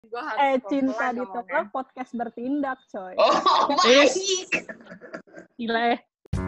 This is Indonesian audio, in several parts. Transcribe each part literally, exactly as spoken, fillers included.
Gue harus Eh, cinta pelan-pelan ditolak ngomongnya. podcast bertindak, coy. Oh, baik. Gila ya.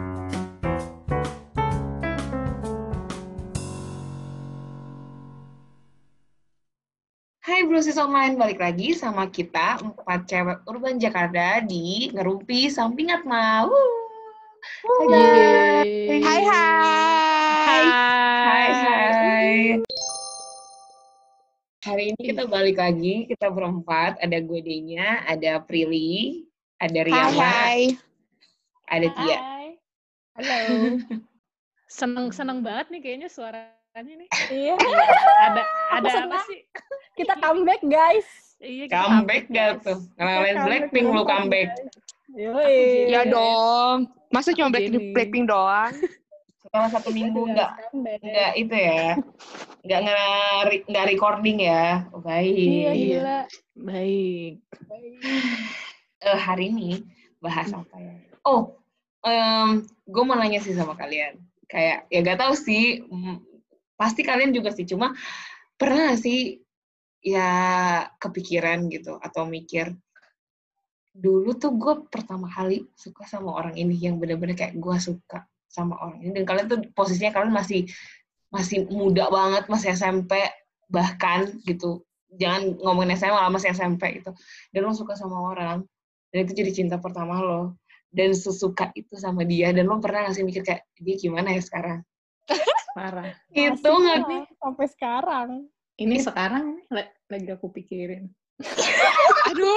Hai Brosis Online, balik lagi sama kita empat cewek urban Jakarta di Ngerumpi Sampingat Mau. Hai guys. Hai hai. Hai hai. Hari ini kita balik lagi, kita berempat. Ada gue D-nya, ada Prilly, ada Riyama, Hai. ada Tia. Hai. Halo. Seneng-seneng banget nih kayaknya suaranya nih. Iya. Ada ada senang. apa sih? Kita comeback, guys. Iya, kita Comeback guys. gak tuh? Ngalahin Kita Blackpink lu comeback, comeback. guys. Yoi. Ya Yes. dong. Masa cuma Aku Blackpink, Jenny. Blackpink doang? Setelah satu minggu Kita enggak comeback. enggak itu ya. Enggak nge enggak recording ya. Oh, baik. Iya, Iya. gila. Baik. Eh, hari ini bahas apa ya? Oh, em, gue mau nanya sih sama kalian. Kayak, ya gak tahu sih, mm, pasti kalian juga sih, cuma pernah gak sih ya kepikiran gitu, atau mikir, dulu tuh gue pertama kali suka sama orang ini, yang bener-bener kayak gue suka sama orang ini, dan kalian tuh posisinya kalian masih masih muda banget, masih S M P, bahkan gitu, jangan ngomongin S M A lah, masih S M P gitu, dan lo suka sama orang, dan itu jadi cinta pertama lo, dan sesuka itu sama dia, dan lo pernah gak sih mikir kayak, dia gimana ya sekarang? Parah. Itu Masih nggak lah, sih? sampai sekarang. Ini sekarang la- lagi aku pikirin. Aduh.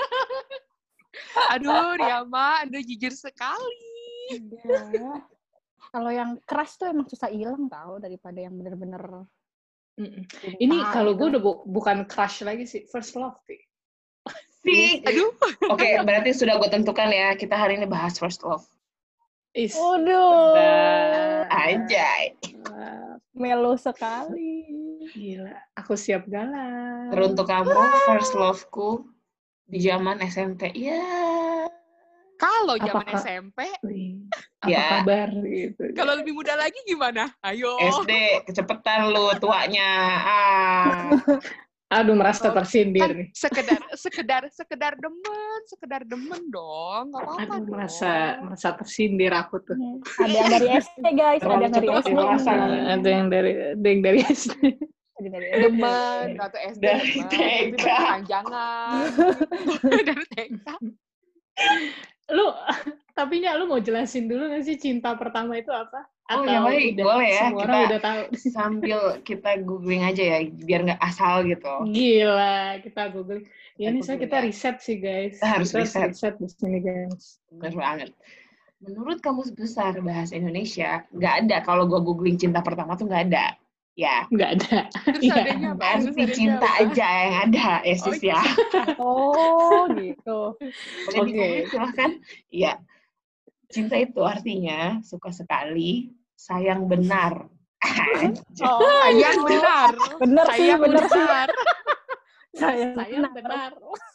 Aduh, Riyama, Anda jujur sekali. Iya. Kalau yang keras tuh emang susah hilang tau daripada yang bener-bener Mm-mm. cinta Ini kalau gitu. gue udah bu- bukan crush lagi sih, first love sih. Sih. Aduh. Oke, berarti sudah gue tentukan ya, kita hari ini bahas first love. Is. Waduh. Sedap. Anjay. Wah, Melo sekali. gila. Aku siap galak. Teruntuk kamu, first love-ku di zaman S M P. Ya. Kalau zaman Apakah- S M P, Wih, apa Ya. kabar gitu. kalau lebih muda lagi gimana? Ayo. S D, kecepetan lu tuanya. Ah. Aduh, merasa tersindir Kan nih. sekedar sekedar sekedar demen, sekedar demen dong. Enggak apa-apa Aduh, dong. merasa merasa tersindir aku tuh. Ada yang dari S D, guys. Ada Terlalu yang dari cepat S D. dewasa. nih. Ada yang dari ada yang dari S D. Ada dari S D. Demen, atau S D Dari demen, T tapi K. berkepanjangan. Dari T K. Lu tapi Nya, lu mau jelasin dulu nggak sih cinta pertama itu apa? Oh, Atau ya baik, udah boleh ya. semua orang Kita udah tahu? sambil kita googling aja ya, biar nggak asal gitu. Gila, kita googling. Ya, ini Kita saya googling kita ya. riset sih, guys. Kita harus riset. riset di sini, guys. Bener banget. Menurut Kamus Besar Bahasa Indonesia, nggak ada kalau gue googling cinta pertama tuh nggak ada. Ya, Nggak ada. Terus Iya. adanya apa? Terus anti adanya cinta apa? aja yang ada, ya sis ya. Oh, gitu. Boleh Oke. di-googling silahkan. Iya. Cinta itu artinya suka sekali, sayang benar. Oh, Sayang benar. bener sih, Sayang bener sih. benar. Saya Sayang benar.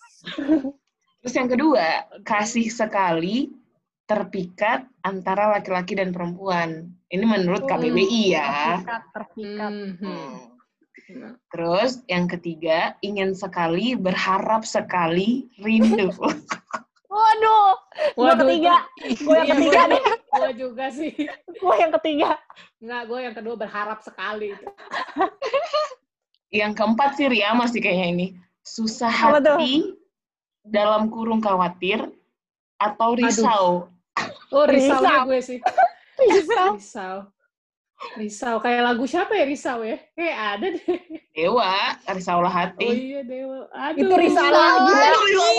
Terus yang kedua, kasih sekali, terpikat antara laki-laki dan perempuan. Ini menurut K B B I ya. Terpikat, terpikat. Mhm. Hmm. Terus yang ketiga, ingin sekali, berharap sekali, rindu. Waduh, gua Waduh, ketiga. Gua yang Iya, ketiga gua- nih. Gua juga sih. Gua yang ketiga. Enggak, gue yang kedua berharap sekali. Yang keempat sih Ria masih kayaknya ini. Susah Apa tuh? hati, dalam kurung khawatir, atau risau. Oh, risau Risau. gue sih. Risau. Risau. Risau. Kayak lagu siapa ya risau ya? Kayak ada deh. Dewa, risaulah Oh hati. iya, Dewa. Aduh. Itu risalah gila.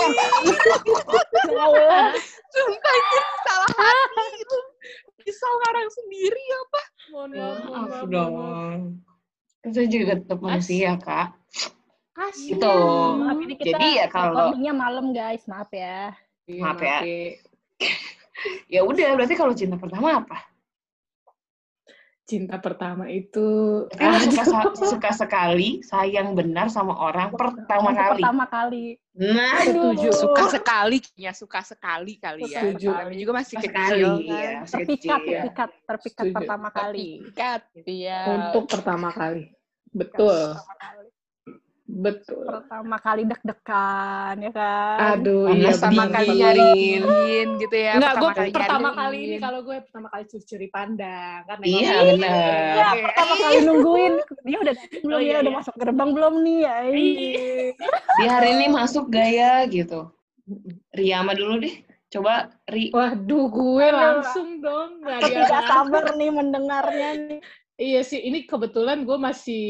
Allah. Sumpah itu salah hati. Itu risau ngarang sendiri apa? Mohon maaf, mohon Maaf maaf, mohon maaf. dong. Kan saya juga tetap manusia, Kak. Kasian. Itu. Maaf, ini kita Jadi ya kalau recordingnya malam, guys. Maaf ya. Iya, Maaf ya. Ki. ya udah berarti kalau cinta pertama apa? Cinta pertama itu Berarti lo suka sa- suka sekali, sayang benar sama orang pertama Untuk kali. pertama kali. Nah, Setuju. Suka sekali, ya suka sekali kali ya. Setuju. Kami juga masih suka kecil sekali, kan. ya, masih Terpikat, kecil. terpikat, terpikat Setuju. pertama kali. Terikat, iya. untuk pertama kali. Betul. Pertama kali. Betul. Pertama kali deg-degan, ya kan? Aduh, Panas iya Pertama dingin. kali nyariin gitu ya. Enggak, gue pertama kali pertama nyariin. kali ini kalau gue pertama kali curi pandang kan nengok. Iya benar. Ya, pertama kali nungguin dia udah datang belum Oh, iya, ya, udah iya. masuk gerbang belum nih ya. Di hari ini masuk gaya gitu. Riyama dulu deh. Coba Ri. Waduh, gue Aduh. langsung dong. Nggak Aku tidak diapa-apa. sabar nih mendengarnya nih. Iya sih, ini kebetulan gue masih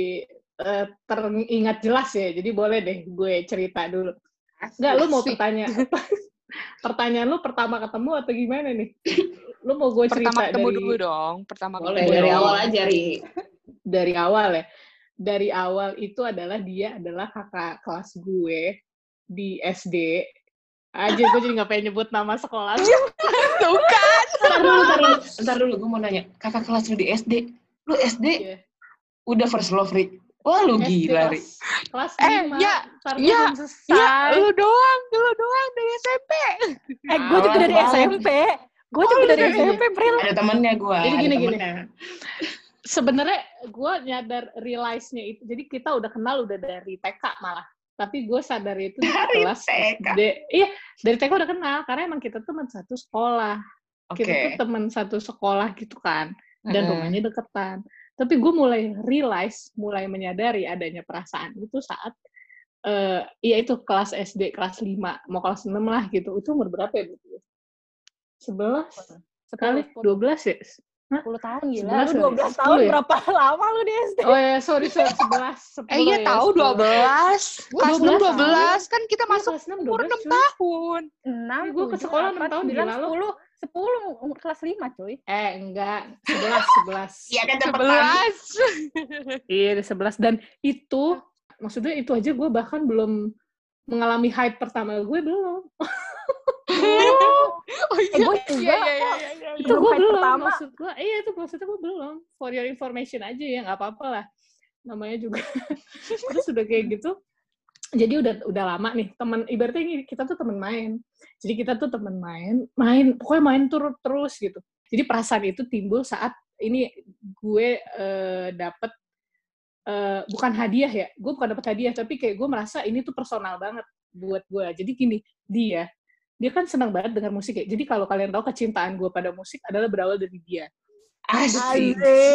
eh, teringat jelas ya, jadi boleh deh gue cerita dulu. Enggak, lu mau Asik. pertanyaan pertanyaan lu pertama ketemu atau gimana nih? Lu mau gue cerita Pertama ketemu dari dulu dong. Pertama Boleh ketemu dari dong. awal aja Ri. dari awal ya. Dari awal itu adalah dia adalah kakak kelas gue di S D. Aja gue jadi nggak pengen nyebut nama sekolah. Bukan. Ntar dulu, ntar dulu, ntar dulu, gue mau nanya, kakak kelas lu di S D, lu S D Iya. udah first love, Ri? Wah, lu S D gila, Ri. kelas, kelas Eh, lima, ya, ntar ya, belum Ya, selesai. lu doang, lu doang dari S M P. Eh, gue juga Awas dari banget. S M P. Gue juga lu dari dari S M P, Pril. Ada temennya gue, Jadi ada gini, gini. temennya. Sebenarnya gue nyadar realize-nya itu, jadi kita udah kenal udah dari T K malah. Tapi gue sadar itu di Dari kelas T K. S D. Iya, dari T K udah kenal, karena emang kita teman satu sekolah. Oke. Kita tuh teman satu sekolah gitu kan. Dan Mm-mm. rumahnya deketan. Tapi gue mulai realize, mulai menyadari adanya perasaan itu saat, uh, ya itu kelas S D, kelas lima, mau kelas enam lah gitu. Itu umur berapa ya? sebelas? Sekali? dua belas ya? sepuluh tahun gila. sebelas Lu dua belas kali. tahun sepuluh ya? berapa lama lu di S D? Oh ya, sorry, sorry, sebelas, sepuluh Eh, iya ya, tahu sepuluh. dua belas. Gua Kelas dua enam belas dua belas kan kita Iya, masuk kelas enam, umur dua belas, enam cuy. tahun. enam, Gue ke sekolah enam tahun, gila lu. sepuluh, sepuluh umur kelas lima, cuy. Eh, enggak. sebelas, sebelas. Iya kan cepetan. sebelas. Iya, sebelas. Dan itu, maksudnya itu aja gue bahkan belum mengalami hype pertama gue, belum. Oh Eh, iya. gue Iya, juga. iya, iya, iya, iya. Itu Belum gue hype belum. pertama. Maksud gue, iya itu maksudnya gue belum. For your information aja ya, nggak apa-apa lah. Namanya juga. Terus udah kayak gitu. Jadi udah udah lama nih, teman ibaratnya ini kita tuh teman main. Jadi kita tuh teman main, main pokoknya main terus terus gitu. Jadi perasaan itu timbul saat ini gue uh, dapet uh, bukan hadiah ya, gue bukan dapet hadiah, tapi kayak gue merasa ini tuh personal banget buat gue. Jadi gini, dia dia kan senang banget dengar musik ya. Jadi kalau kalian tahu kecintaan gue pada musik adalah berawal dari dia. Asik.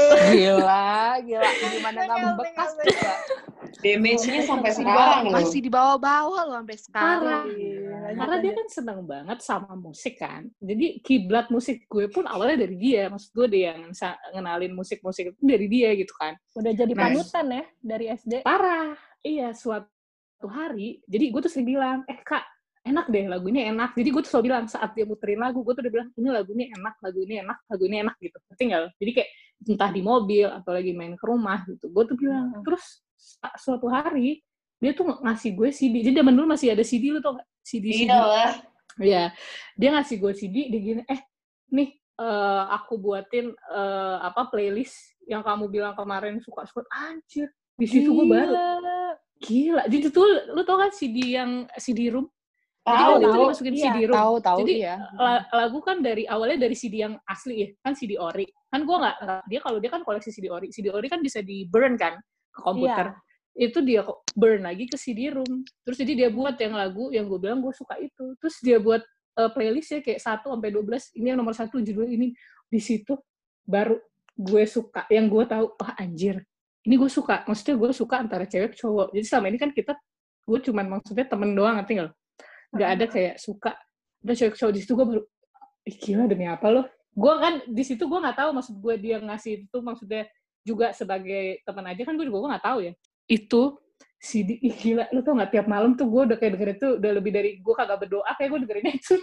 Gila, gila. Gimana nggak membekas coba? Damage-nya sampai Masih di sekarang bawah, loh. masih di bawah-bawah loh sampai sekarang. Parah. Karena dia kan senang banget sama musik kan. Jadi kiblat musik gue pun awalnya dari dia. Maksud gue dia yang sa- ngenalin musik-musik itu dari dia gitu kan. Udah jadi Nice. panutan ya dari S D. Parah. Iya, suatu hari. Jadi gue tuh sering bilang, eh kak, enak deh lagu ini enak. Jadi gue tuh selalu bilang saat dia muterin lagu, gue tuh udah bilang, ini lagu ini enak, lagu ini enak, lagu ini enak gitu. Ngerti nggak? Jadi kayak entah di mobil atau lagi main ke rumah gitu. Gue tuh bilang. Terus suatu hari, dia tuh ngasih gue C D. Jadi zaman dulu masih ada C D, lu tau gak? C D, C D. Iya lah. Iya, dia ngasih gue C D, dia gini, eh, nih, uh, aku buatin uh, apa playlist yang kamu bilang kemarin suka-suka. Anjir, di situ gue baru. Gila, jadi tuh, lu tau kan C D yang C D room? Jadi Tahu, waktu itu tahu. dimasukin Iya, C D room. Tahu, tahu, Jadi iya. la- lagu kan dari awalnya dari C D yang asli ya, kan C D ori. Kan gue nggak, nggak- dia kalau dia kan koleksi C D ori. C D ori kan bisa di burn kan ke komputer. Itu dia burn lagi ke C D room. Terus jadi dia buat yang lagu yang gue bilang gue suka itu. Terus dia buat uh, playlistnya kayak satu sampai dua belas. Ini yang nomor satu judul ini. Di situ baru gue suka. Yang gue tahu, wah oh, anjir. Ini gue suka. Maksudnya gue suka antara cewek cowok. Jadi selama ini kan kita, gue cuman maksudnya temen doang, ngerti nggak lo? Nggak ada kayak suka. Ada cewek cowok di situ gue baru, ih gila demi apa lo? Gue kan di situ gue nggak tahu maksud gue dia ngasih itu maksudnya juga sebagai teman aja kan gue juga gue nggak tahu ya. Itu C D, ih gila, lu tau gak tiap malam tuh gue udah kayak dengerin itu udah lebih dari gue kagak berdoa kayak gue dengerinnya itu.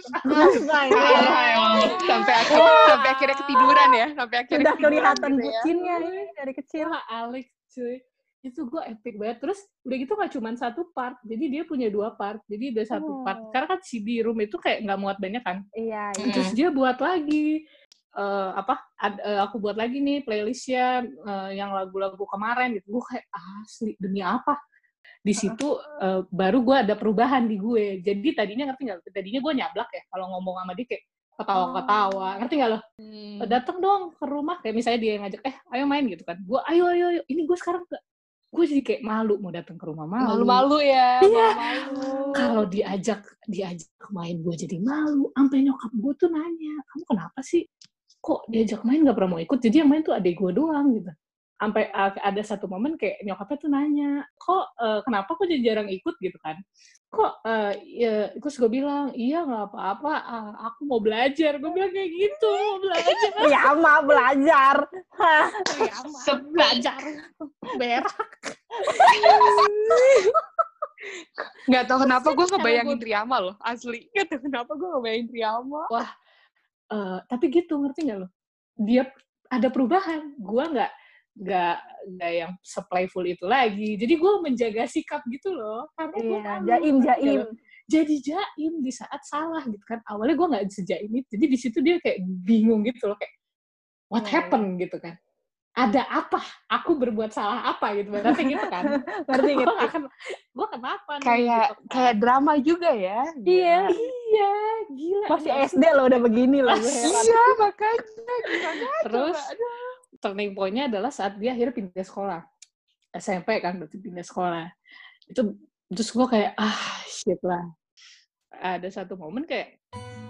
Parah emang. Sampai akhir, sampai akhirnya ketiduran ya, sampai akhirnya Udah ketiduran kelihatan gitu ya. bucinnya nih dari kecil. Wah, Alex cuy. Itu gue epic banget. Terus udah gitu gak cuma satu part, jadi dia punya dua part. Jadi ada satu Oh. part. Karena kan C D room itu kayak gak muat banyak kan. Iya, iya. Mm. Terus dia buat lagi uh, apa? Ad, uh, aku buat lagi nih playlistnya uh, yang lagu-lagu kemarin gitu. Gue kayak asli demi apa? Di situ uh, baru gue ada perubahan di gue. Jadi tadinya ngerti nggak? Tadinya gue nyablak ya kalau ngomong sama dia kayak ketawa-ketawa. Ngerti nggak lo? Hmm. Datang dong ke rumah kayak misalnya dia yang ngajak, eh ayo main gitu kan. Gue ayo ayo ayo. Ini gue sekarang gue jadi kayak malu mau datang ke rumah malu. Malu-malu ya. Iya. Malu-malu. Kalau diajak diajak main gue jadi malu. Sampai nyokap gue tuh nanya, kamu kenapa sih? Kok diajak main gak pernah mau ikut? Jadi yang main tuh adik gue doang gitu. Sampai uh, ada satu momen kayak nyokapnya tuh nanya, kok uh, kenapa kok jadi jarang ikut gitu kan? Kok uh, ya, terus gue bilang, iya nggak apa-apa, uh, aku mau belajar. Gue bilang kayak gitu, mau belajar. Ya mah belajar. Ya mah belajar. Berak. Nggak tahu kenapa gue ngebayangin Riyama loh, asli. Nggak tahu kenapa gue ngebayangin Riyama. Wah, uh, tapi gitu, ngerti nggak lo? Dia ada perubahan. Gue nggak nggak nggak yang se-playful itu lagi. Jadi gue menjaga sikap gitu loh. Karena gue Iya, jaim, jaim. Jadi jaim di saat salah gitu kan. Awalnya gue nggak sejaim itu. Jadi di situ dia kayak bingung gitu loh. Kayak, what happened gitu kan. Ada apa? Aku berbuat salah apa gitu. Berarti gitu kan. Ngerti gitu. Gue kenapa nih? Kayak gitu kan. kayak drama juga ya. Iya. Iya, gila. Masih S D loh udah begini loh. Iya, makanya gimana Terus coba. turning point-nya adalah saat dia akhirnya pindah sekolah. S M P kan berarti pindah sekolah. Itu terus gue kayak, ah shit lah. Ada satu momen kayak,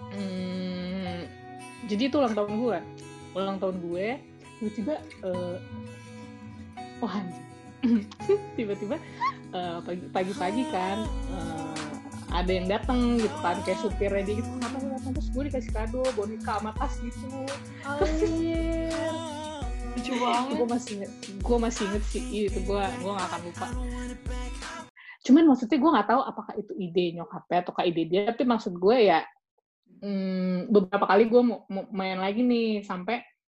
hmm, jadi itu ulang tahun gue. Ulang tahun gue, tiba-tiba, uh, wah anjing. tiba-tiba uh, pagi, pagi-pagi kan, uh, ada yang datang gitu kan, kayak supirnya dia gitu, kenapa gue datang? Terus gue dikasih kado, boneka sama tas gitu. Anjir. Lucu banget. Gue masih inget, gue masih inget sih itu gue gue nggak akan lupa. Cuman maksudnya gue nggak tahu apakah itu ide nyokapnya atau ide dia, tapi maksud gue ya hmm, beberapa kali gue mau, mau main lagi nih sampai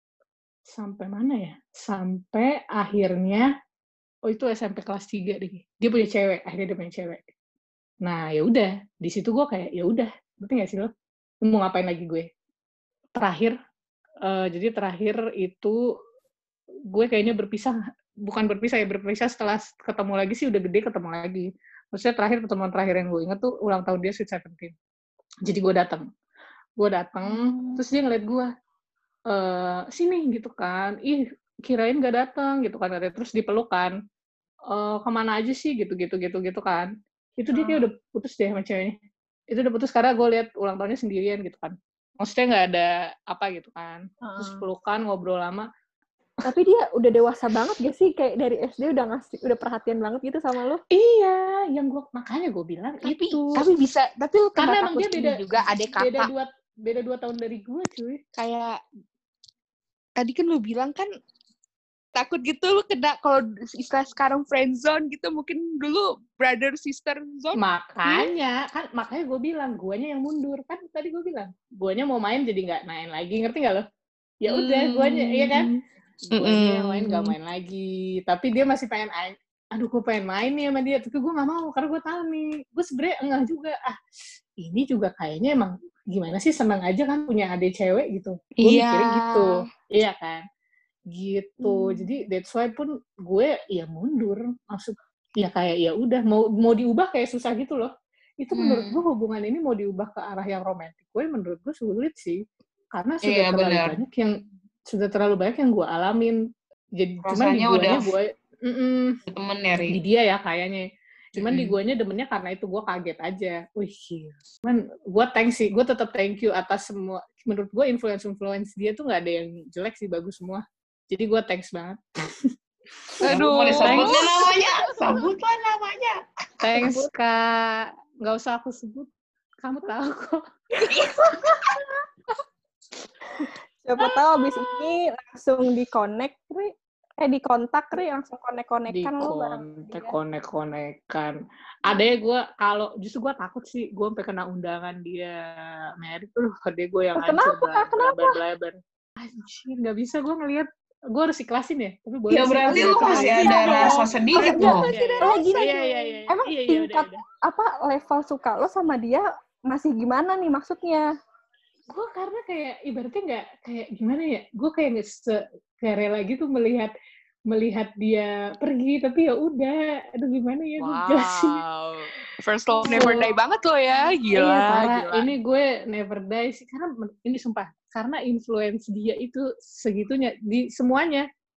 sampai mana ya? Sampai akhirnya oh itu S M P kelas tiga deh. Dia punya cewek, akhirnya dia punya cewek. Nah ya udah di situ gue kayak ya udah, ngerti nggak sih lo? Mau ngapain lagi gue? Terakhir, uh, jadi terakhir itu gue kayaknya berpisah, bukan berpisah ya, berpisah setelah ketemu lagi sih udah gede ketemu lagi. Maksudnya terakhir pertemuan terakhir yang gue inget tuh ulang tahun dia Sweet Seventeen. Jadi gue datang, gue datang, hmm. terus dia ngeliat gue, e, sini gitu kan, ih kirain gak datang gitu kan, terus dipeluk kan, e, kemana aja sih gitu gitu gitu gitu kan. Itu dia kayak udah putus deh sama ceweknya. Itu udah putus karena gue lihat ulang tahunnya sendirian gitu kan. Maksudnya nggak ada apa gitu kan. Terus pelukan, ngobrol lama. Tapi dia udah dewasa banget gak sih? Kayak dari S D udah ngasih, udah perhatian banget gitu sama lo? Iya, yang gue makanya gue bilang tapi, itu. Tapi bisa, tapi lo karena emang dia beda juga adek kakak. Beda dua, beda dua tahun dari gue cuy. Kayak tadi kan lo bilang kan takut gitu lo kena kalau istilah sekarang friend zone gitu, mungkin dulu brother sister zone. Makanya hmm? kan makanya gue bilang guanya yang mundur kan tadi gue bilang guanya mau main jadi nggak main lagi, ngerti nggak lo? Ya udah hmm. guanya iya kan. Gue mm-hmm. yang main gak main lagi, tapi dia masih pengen, aduh gue pengen main nih sama dia, tapi gue gak mau karena gue tahu nih, gue sebenarnya enggak juga, ah ini juga kayaknya emang gimana sih seneng aja kan punya adik cewek gitu, gue yeah. mikirnya gitu, iya kan, gitu, hmm. jadi that's why pun gue ya mundur, maksud ya kayak ya udah mau mau diubah kayak susah gitu loh, itu hmm. menurut gue hubungan ini mau diubah ke arah yang romantis, gue menurut gue sulit sih, karena sudah yeah, terlalu bener. banyak yang sudah terlalu banyak yang gue alamin. Jadi cuman di guanya gue temen ya, di dia ya kayaknya. Cuman mm. di guanya demennya karena itu gue kaget aja. Wih, cuman gue thanks sih, gue tetap thank you atas semua. Menurut gue influence-influence dia tuh nggak ada yang jelek sih, bagus semua. Jadi gue thanks banget. Aduh, mau disebutnya namanya, sebutlah namanya. Thanks Kak, nggak usah aku sebut, kamu tahu kok. Siapa tahu abis ini langsung di-connect, Ri. Eh, di-kontak, Ri. Langsung connect-connectan lo bareng dia. Connect-connectan. Ada ya gue, kalau justru gue takut sih, gue sampai kena undangan dia married. Loh, ada gue yang hancur. Kenapa? Kenapa? Belabar. Anjir, gak bisa gue ngelihat. Gue harus ikhlasin ya. Tapi boleh ya berarti lu masih ada rasa sedikit loh. Oh, gini. Iya, iya, iya. Emang iya, iya, tingkat udah, udah. apa level suka lo sama dia masih gimana nih maksudnya? Gue karena kayak ibaratnya nggak kayak gimana ya, gue kayak nggak se kayak rela gitu melihat melihat dia pergi, tapi ya udah, aduh gimana ya, gue jelasin. Wow, first love never die banget lo ya, gila. Iya, parah. Gila. Ini gue never die sih, karena ini sumpah, karena influence dia itu segitunya di semuanya,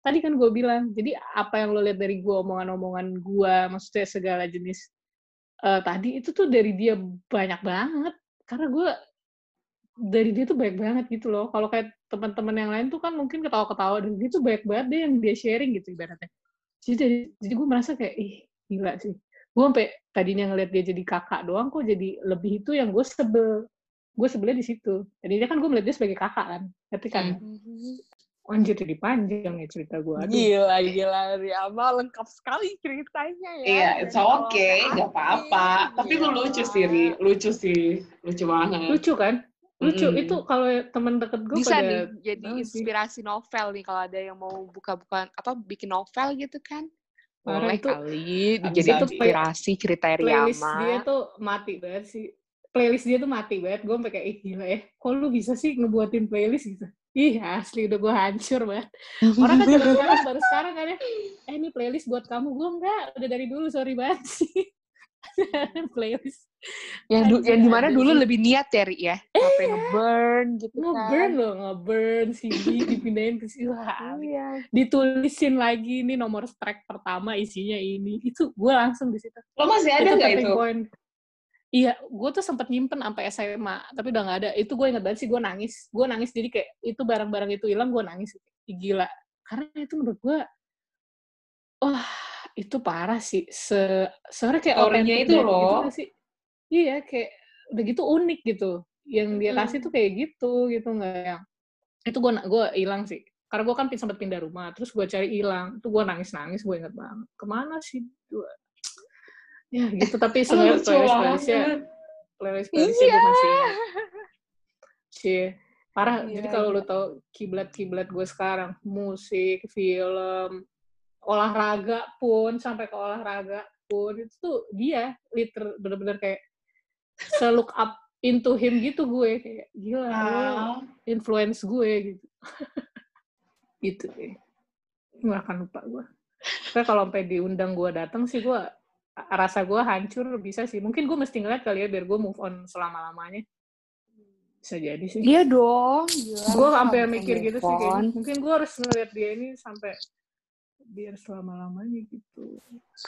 tadi kan gue bilang, jadi apa yang lo lihat dari gue, omongan-omongan gue, maksudnya segala jenis uh, tadi, itu tuh dari dia banyak banget. Karena gue, dari dia tuh banyak banget gitu loh. Kalau kayak teman-teman yang lain tuh kan mungkin ketawa-ketawa, dan dia tuh banyak banget deh yang dia sharing gitu ibaratnya. Jadi, jadi, jadi gue merasa kayak, ih gila sih. Gue sampai tadinya ngeliat dia jadi kakak doang, kok jadi lebih itu yang gue sebel. Gue sebelnya di situ. Tadinya kan gue melihat dia sebagai kakak kan. Tapi kan, hmm. anjir jadi panjang ya cerita gue. Aduh. Gila, gila. Riama lengkap sekali ceritanya ya. Iya, it's okay. Gak apa-apa. Tapi lu lucu sih, Ri. Lucu sih. Lucu banget. Lucu kan? Lucu. Mm. Itu kalau temen deket gue bisa pada... nih jadi inspirasi novel nih. Kalau ada yang mau buka-buka, apa, bikin novel gitu kan. Boleh itu, kali. Jadi itu inspirasi cerita Riyama. Playlist dia tuh mati banget sih. Playlist dia tuh mati banget. Gue sampai kayak, ih gila ya. Kok lu bisa sih ngebuatin playlist gitu? Ih asli udah gue hancur banget. Orang kan baru sekarang, baru sekarang kan ya. Eh ini playlist buat kamu. Gue enggak. Udah dari dulu, sorry banget sih. Playlist. Yang, du- yang dimana dulu sih. Lebih niat ya, Ri ya? Sampai eh, nge-burn gitu nge-burn kan. Loh, nge-burn C D, dipindahin ke sini. Wah, iya. Ditulisin lagi, ini nomor track pertama isinya ini. Itu gue langsung di situ. Lo masih ada nggak itu? Point. Iya, gue tuh sempat nyimpen sampai S M A, tapi udah nggak ada. Itu gue ingat banget sih, gue nangis. Gue nangis, jadi kayak itu barang-barang itu hilang, gue nangis. Gila. Karena itu menurut gue, wah, itu parah sih. Se Sebenarnya kayak orangnya itu loh. Gitu sih. Iya, kayak udah gitu unik gitu. Yang dia kasih tuh kayak gitu, gitu nggak yang itu gue gue hilang sih. Karena gue kan sempat pindah rumah, terus gue cari hilang. Tuh gue nangis-nangis, gue ingat banget. Kemana sih? Gue ya gitu, tapi sebenarnya playlist-playlistnya playlist-playlistnya gue masih ingat. Cie, parah. Yeah, jadi kalau yeah. Lo tau kiblat-kiblat gue sekarang, musik, film, olahraga pun, sampai ke olahraga pun, itu tuh dia liter bener-bener kayak se-look up into him gitu gue. Kayak gila, ah. Lo influence gue gitu. Gitu deh. Nggak akan lupa gue. Tapi kalau sampai diundang gue datang sih, gue rasa gue hancur bisa sih. Mungkin gue mesti ngeliat kali ya biar gue move on selama-lamanya. Bisa jadi sih. Iya dong. Gue sampai mikir gitu sih. Kayaknya. Mungkin gue harus ngeliat dia ini sampai biar selama-lamanya gitu.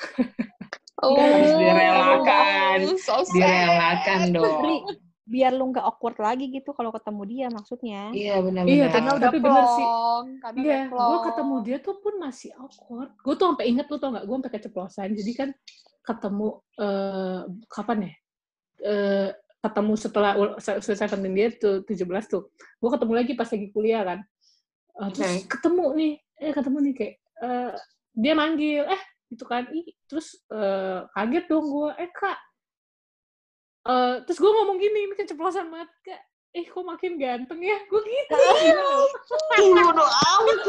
Oh, harus direlakan. So direlakan dong. Biar lu nggak awkward lagi gitu kalau ketemu dia maksudnya. Iya benar-benar. Iya, karena udah bener sih. Karena iya, gue ketemu dia tuh pun masih awkward. Gue tuh sampai inget, lu tau nggak? Gue sampai keceplosan. Jadi kan ketemu uh, kapan ya? Uh, ketemu setelah selesai penting dia tuh tujuh belas tuh. Gue ketemu lagi pas lagi kuliah kan. Uh, terus okay. ketemu nih, eh ketemu nih kayak uh, dia manggil, eh gitu kan. Ih, terus uh, kaget dong gue, eh kak. Uh, terus gue ngomong gini, ini keceplosan banget, Kak. Eh, kok makin ganteng ya? Gue gitu. Bodoh amat.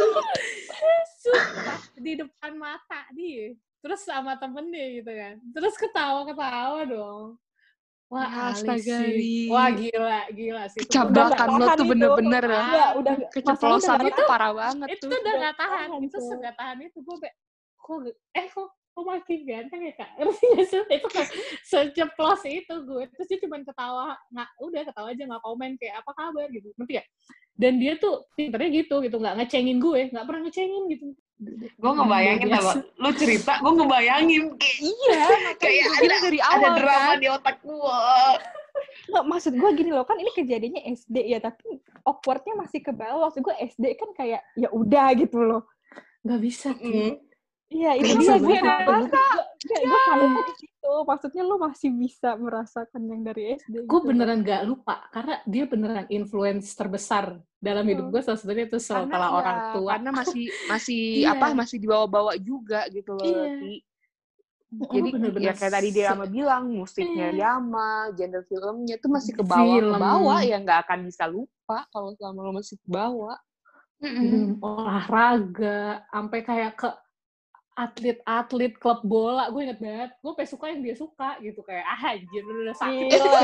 Sumpah, di depan mata dia. Terus sama temennya gitu kan. Terus ketawa-ketawa dong. Wah, astaga sih. Wah, gila, gila sih. Kecabakan lo tuh bener-bener ya. Ya, udah keceplosan lo tuh parah banget itu tuh. Itu udah gak tahan. Itu segak tahan itu. Gue kayak, kok, eh kok kok makin ganteng ya kak? Itu seceplos itu gue. Terus dia cuma ketawa, nggak udah ketawa aja nggak komen kayak apa kabar gitu, ngerti ya? Dan dia tuh pinternya gitu gitu, nggak ngecengin gue, nggak pernah ngecengin gitu. Gue ngebayangin apa? Lu cerita, gue ngebayangin kayak iya, kayak ada dari awal ada drama kan? Di otak gue. Nggak, maksud gue gini loh, kan ini kejadiannya S D ya, tapi awkwardnya masih ke bawah. Maksud gue S D kan kayak ya udah gitu loh, nggak bisa. Mm-hmm. Iya, itu dia gue merasa. Gue salutnya di situ. Maksudnya lu masih bisa merasakan yang dari S D. Gue gitu. Beneran gak lupa. Karena dia beneran influence terbesar dalam hidup gue. Salah satunya itu setelah ya, orang tua. Karena masih masih apa masih dibawa-bawa juga gitu loh. Iya. Jadi oh, bener -bener ya kayak tadi dia Riyama bilang, musiknya Riyama, genre filmnya itu masih ke bawah Film. ke bawah ya nggak akan bisa lupa kalau selama lo masih ke bawah. Mm-hmm. Olahraga, sampai kayak ke atlet-atlet klub bola, gue inget banget. Gue pengen suka yang dia suka gitu, kayak ah anjir udah sakit.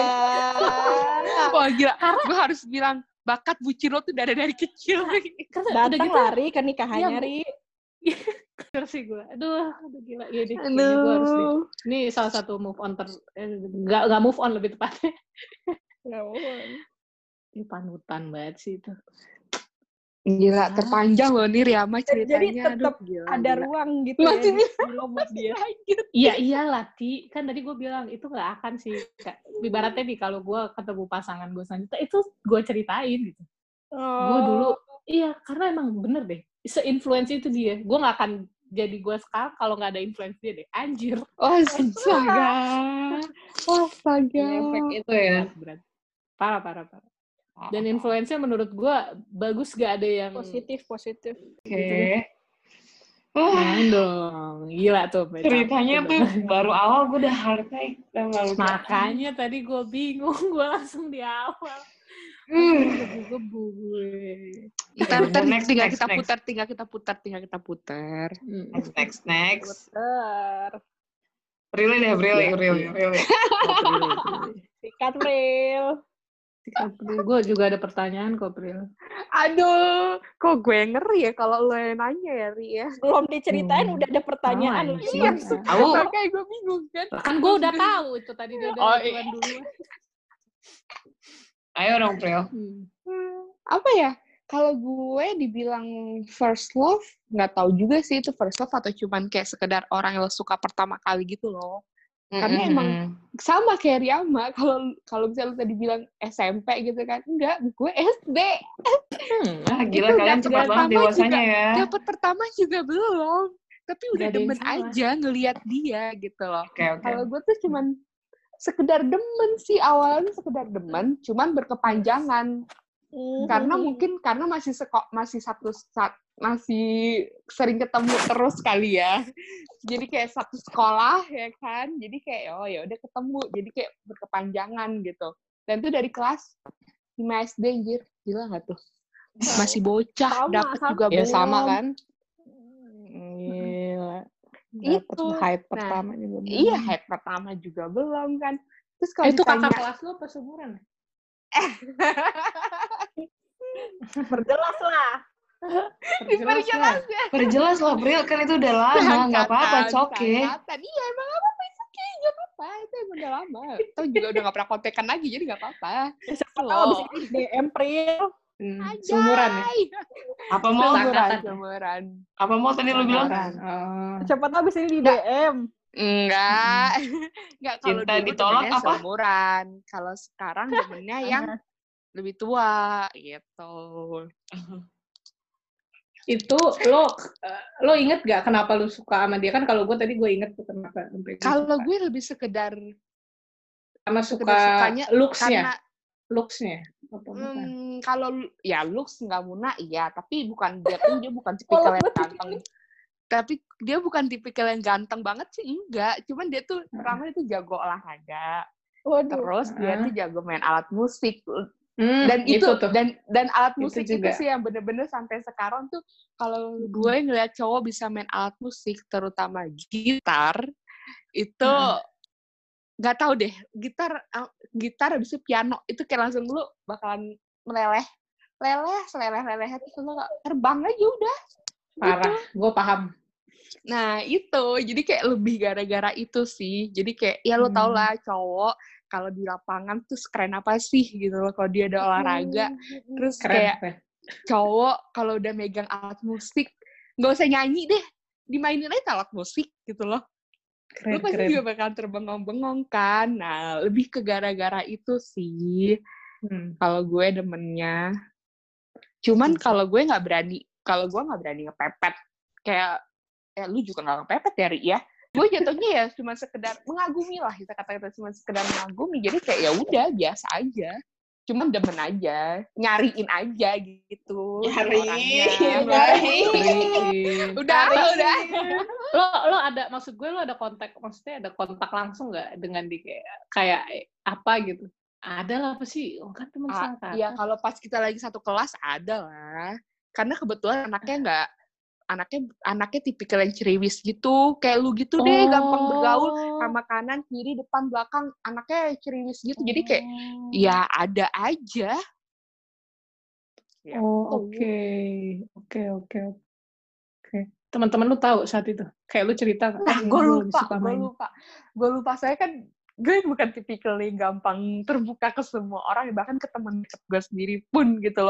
Wah gila, gue harus bilang bakat bucin lo tuh dari dari kecil. Datang gitu, lari ke nikahannya, Ri. Terus sih gue, aduh, aduh gila, ya deh, kayaknya gue harus nih. Ini salah satu move on ter, eh, gak, gak move on lebih tepatnya. Gak move on. Ini panutan banget sih itu. Gila, terpanjang loh nih Riyama ceritanya. Jadi tetap Aduh, gila, ada gila. ruang gitu Masih ya di lo buat dia. Iya iyalah Ti, kan tadi gue bilang itu nggak akan sih. Ibaratnya nih kalau gue ketemu pasangan gue selanjutnya itu gue ceritain gitu. Oh. Gue dulu, iya karena emang bener deh, se-influence itu dia. Gue nggak akan jadi gue sekarang kalau nggak ada influence dia deh. Anjir. Oh, astaga. Oh, astaga. Efek itu ya. Berat, berat. Parah, parah, parah. Dan influence-nya menurut gue bagus gak ada yang Positif, positif. Oke. Okay. Uh, main dong. Gila tuh. Ceritanya tuh baru awal gue udah heartbreak. Makanya tadi gue bingung. Gue langsung di awal. Uh. Gebu-gebu gue. Ntar, ntar next, tinggal next, kita next. putar, tinggal kita putar, tinggal kita putar. Next, next, next. Putar. Really deh, really, really, really. Sikat, Pril. Gue juga ada pertanyaan kok, Pril. Aduh, kok gue ngeri ya kalau lo yang nanya ya, Ri ya. Belum diceritain hmm. udah ada pertanyaan. Oh, iya, tahu. Makanya gue bingung kan. Kan gue udah tahu itu tadi dia udah oh, iya. dulu. Ayo dong, Pril. Hmm. Apa ya? Kalau gue dibilang first love, nggak tahu juga sih itu first love atau cuman kayak sekedar orang yang lo suka pertama kali gitu loh. Karena mm-hmm. emang sama kayak Riyama, kalau kalau misalnya lu tadi bilang S M P gitu kan, enggak, gue S D. Hmm, ah, gila itu kalian cepat banget dewasanya juga, ya. Dapet pertama juga belum, tapi udah Gak demen aja ngelihat dia gitu loh. Okay, okay. Kalau gue tuh cuman sekedar demen sih, awalnya sekedar demen, cuman berkepanjangan. Mm-hmm. Karena mungkin karena masih seko- masih satu saat masih sering ketemu terus kali ya, jadi kayak satu sekolah ya kan, jadi kayak oh ya udah ketemu, jadi kayak berkepanjangan gitu. Dan itu dari kelas lima S D, anjir, gila nggak tuh? Masih bocah, dapet juga ya belum. Sama kan? Gila. Dapet Itu hype nah, pertama juga belum. Iya, hype pertama juga belum kan. Terus kalau itu ditanya, kakak kelas lo apa seumuran? Perjelas lah. Perjelas lah. Perjelas lah, Bril. Kan itu udah lama. Nggak apa-apa, coke. Iya, emang apa-apa, itu oke. Nggak apa-apa, itu emang udah lama. Tahu juga udah nggak pernah kontekan lagi, jadi nggak apa-apa. Siapa tahu abis ini D M Pril. Hmm, seumuran ya? Apa mau? Seumuran, seumuran. Apa mau tadi lu bilang? Oh. Siapa tahu abis ini di D M. Enggak. Enggak, kalau Cinta ditolak apa? Seumuran. Kalau sekarang temennya yang lebih tua gitu. Itu lo lo inget gak kenapa lo suka sama dia? Kan kalau gue tadi gue inget tuh kenapa. Kalau gue lebih sekedar karena suka looks-nya. Looks-nya. Hmm, kalau ya looks nggak muna iya, tapi bukan dia pun dia bukan tipikal yang ganteng. Tapi dia bukan tipikal yang ganteng banget sih, enggak. Cuman dia tuh pertama itu jago olahraga. Waduh. Terus dia uh. tuh jago main alat musik. Hmm, dan itu, itu dan dan alat musik itu, itu sih yang bener-bener sampai sekarang tuh kalau gue ngeliat cowok bisa main alat musik terutama gitar itu nggak hmm. tahu deh gitar gitar habis itu piano itu kayak langsung lu bakalan meleleh leleh seleleh leleh itu lu terbang aja udah parah gitu. Gue paham. Nah itu jadi kayak lebih gara-gara itu sih, jadi kayak ya lo tau lah cowok kalau di lapangan tuh keren apa sih gitu loh kalau dia ada olahraga. Terus keren, kayak keren. Cowok kalau udah megang alat musik nggak usah nyanyi deh, dimainin aja alat musik gitu loh. Keren, lo pasti keren. Juga bakal terbengong-bengong kan. Nah lebih ke gara-gara itu sih hmm. kalau gue demennya. Cuman kalau gue nggak berani kalau gue nggak berani ngepepet kayak ya lu juga nggak ngepepet ya Ri ya. Gue jatuhnya ya cuma sekedar mengagumi lah, kita kata-kata cuma sekedar mengagumi, jadi kayak ya udah biasa aja, cuman demen aja, nyariin aja gitu. Nyariin, nyariin. Udah, udah. Lo, lo ada, maksud gue lo ada kontak, maksudnya ada kontak langsung nggak dengan di kayak, kayak apa gitu? Ada lah apa sih? Oh kan teman seangkatan. Iya kalau pas kita lagi satu kelas ada lah, karena kebetulan anaknya nggak anaknya anaknya tipikal yang ceriwis gitu, kayak lu gitu deh, oh. gampang bergaul sama kanan, kiri, depan, belakang, anaknya ceriwis gitu, oh. jadi kayak ya ada aja. Ya. Oh oke, oke oke oke. Teman-teman lu tahu saat itu, kayak lu cerita nggak? Nah, gue lupa, gue lupa, gue lupa. Saya kan gue bukan tipikal yang gampang terbuka ke semua orang, bahkan ke teman dekat gue sendiri pun gitu loh.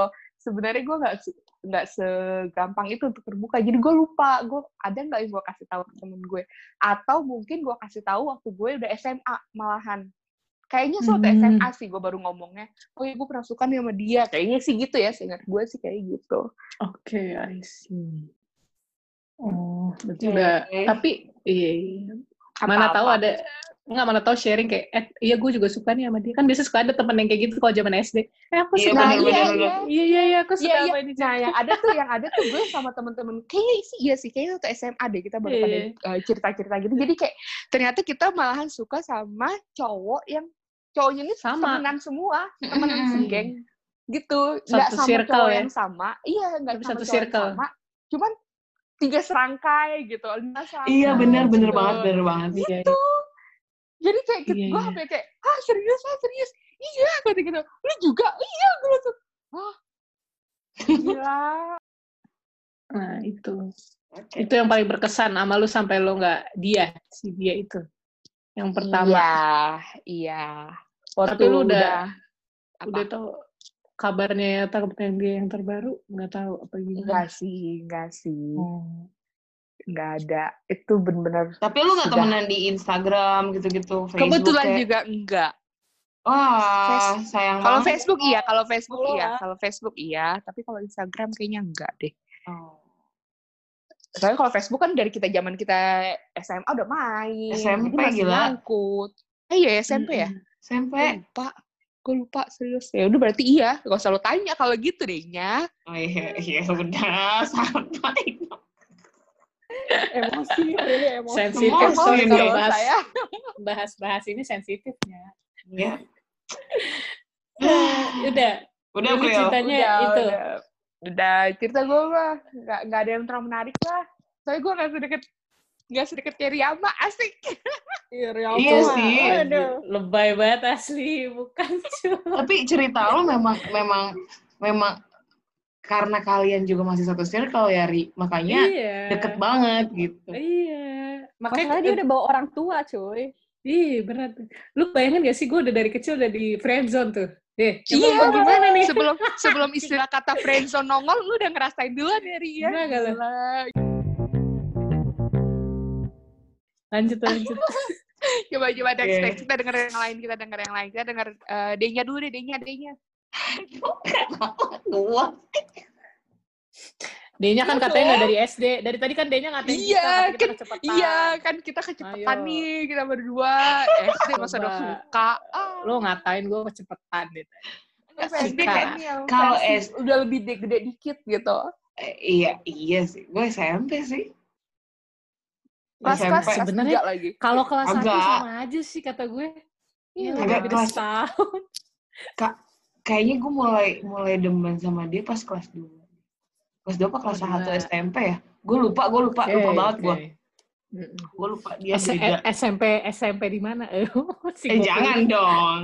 sebenarnya gue nggak nggak segampang itu untuk terbuka. Jadi gue lupa, gue ada nggak yang gue kasih tahu ke temen gue? Atau mungkin gue kasih tahu waktu gue udah S M A malahan. Kayaknya suatu Hmm. S M A sih gue baru ngomongnya. Oh iya gue pernah suka nih sama dia. Kayaknya sih gitu ya, seingat gue sih kayak gitu. Oke, okay, I see. Oh, berarti Okay. udah. Tapi iya, iya. Mana tahu ada nggak mana tahu sharing kayak eh iya gue juga suka nih sama dia. Kan biasa suka ada temen yang kayak gitu kalau zaman S D. Eh aku Iya, suka nah, iya, iya, iya, iya. iya iya iya aku suka Iya, sama iya. ini. Nah, yang ada tuh yang ada tuh gue sama temen-temen kayaknya sih iya sih kayaknya waktu S M A deh kita baru pada Iya. uh, cerita-cerita gitu. Jadi kayak ternyata kita malahan suka sama cowok yang cowoknya ini Sama. temenan semua, temenan Mm-mm. segeng gitu. Nggak Satu sama circle cowok ya? yang sama. Iya, nggak Tapi sama satu cowok circle. yang sama. Cuman tiga serangkai gitu, lima serangkai. Iya benar benar gitu. banget benar banget. Iya, Gitu. Jadi kayak gitu, Iya, gue iya. sampai kayak, ah serius, ah serius. Iya, kata gitu. Lu juga? Iya, gue langsung, ah gila. Nah itu Oke. itu yang paling berkesan sama lu sampai lu nggak dia si dia itu yang pertama. Iya, iya. Waktu Tapi lu udah udah, udah apa? tahu kabarnya yang dia yang terbaru nggak tahu apa gimana? Enggak sih, enggak sih. Oh. Enggak ada. Itu benar-benar. Tapi lu nggak Sudah. temenan di Instagram gitu-gitu, Facebook Kebetulan kayak? juga enggak. Wah, Face- sayang Kalau banget. Facebook iya, kalau Facebook Follow iya, lah. kalau Facebook iya, tapi kalau Instagram kayaknya enggak deh. Oh. Soalnya kalau Facebook kan dari kita zaman kita S M A udah main. S M P jadi masih gila. nyangkut. Eh iya S M P ya? S M P. Gue lupa. Gue lupa serius. Ya udah berarti iya. Gak usah lo tanya kalau gitu dehnya. Oh iya, iya udah sampai. Emosi, really emosi. Sensitif Emosi soalnya ini. kalau bahas saya. bahas-bahas ini sensitifnya. Iya. Udah. Udah Ini Priyo. ceritanya Udah, itu. udah. Udah, cerita gue mah nggak nggak ada yang terlalu menarik lah. Soalnya gue nggak sedekat nggak sedekat kayak Riyama, asik. Iya, real Iya semua. sih. Aduh. Lebay banget asli, bukan cuma. Tapi cerita lo memang memang memang karena kalian juga masih satu circle ya, Ri. Makanya Iya. deket banget gitu. Iya. Masalahnya Makanya dia udah bawa orang tua, cuy. Ih, berat. Lu bayangin gak sih gue udah dari kecil udah di friendzone tuh. Eh, Iya, emang gimana nih? Sebelum sebelum istilah kata friendzone nongol, lu udah ngerasain duluan ya, Ria. Gila gak lu? Lanjut, lanjut. Coba coba next, Oke. next. Kita denger yang lain, kita denger yang lain. Kita denger uh, D-nya dulu deh, D-nya, D-nya. Gua. D-nya kan katanya nggak dari S D. Dari tadi kan D-nya ngatain Iya, kita, kata kita kan- kecepatan. Iya, kan kita kecepetan Ayo. nih, kita berdua. S D masa udah Coba. suka. Ah, Lo ngatain gue kecepatan gitu. S D suka. kan yang Kalau versi S- udah lebih gede, gede dikit gitu. Eh, iya, iya sih. Gue S M P sih. Kelas S M P. kelas kelas Sebenarnya- tiga lagi. Kalau kelas satu Agak. sama aja sih kata gue. Iya, Agak lebih beda kelas- setahun. Kayaknya gue mulai mulai demen sama dia pas kelas dua. Kelas dua apa kelas Oh, satu gila. S M P ya? Gue lupa, gue lupa, lupa banget gue. Gue lupa dia S- beda. S M P S M P di mana? Eh, si Eh gua jangan kulik. dong.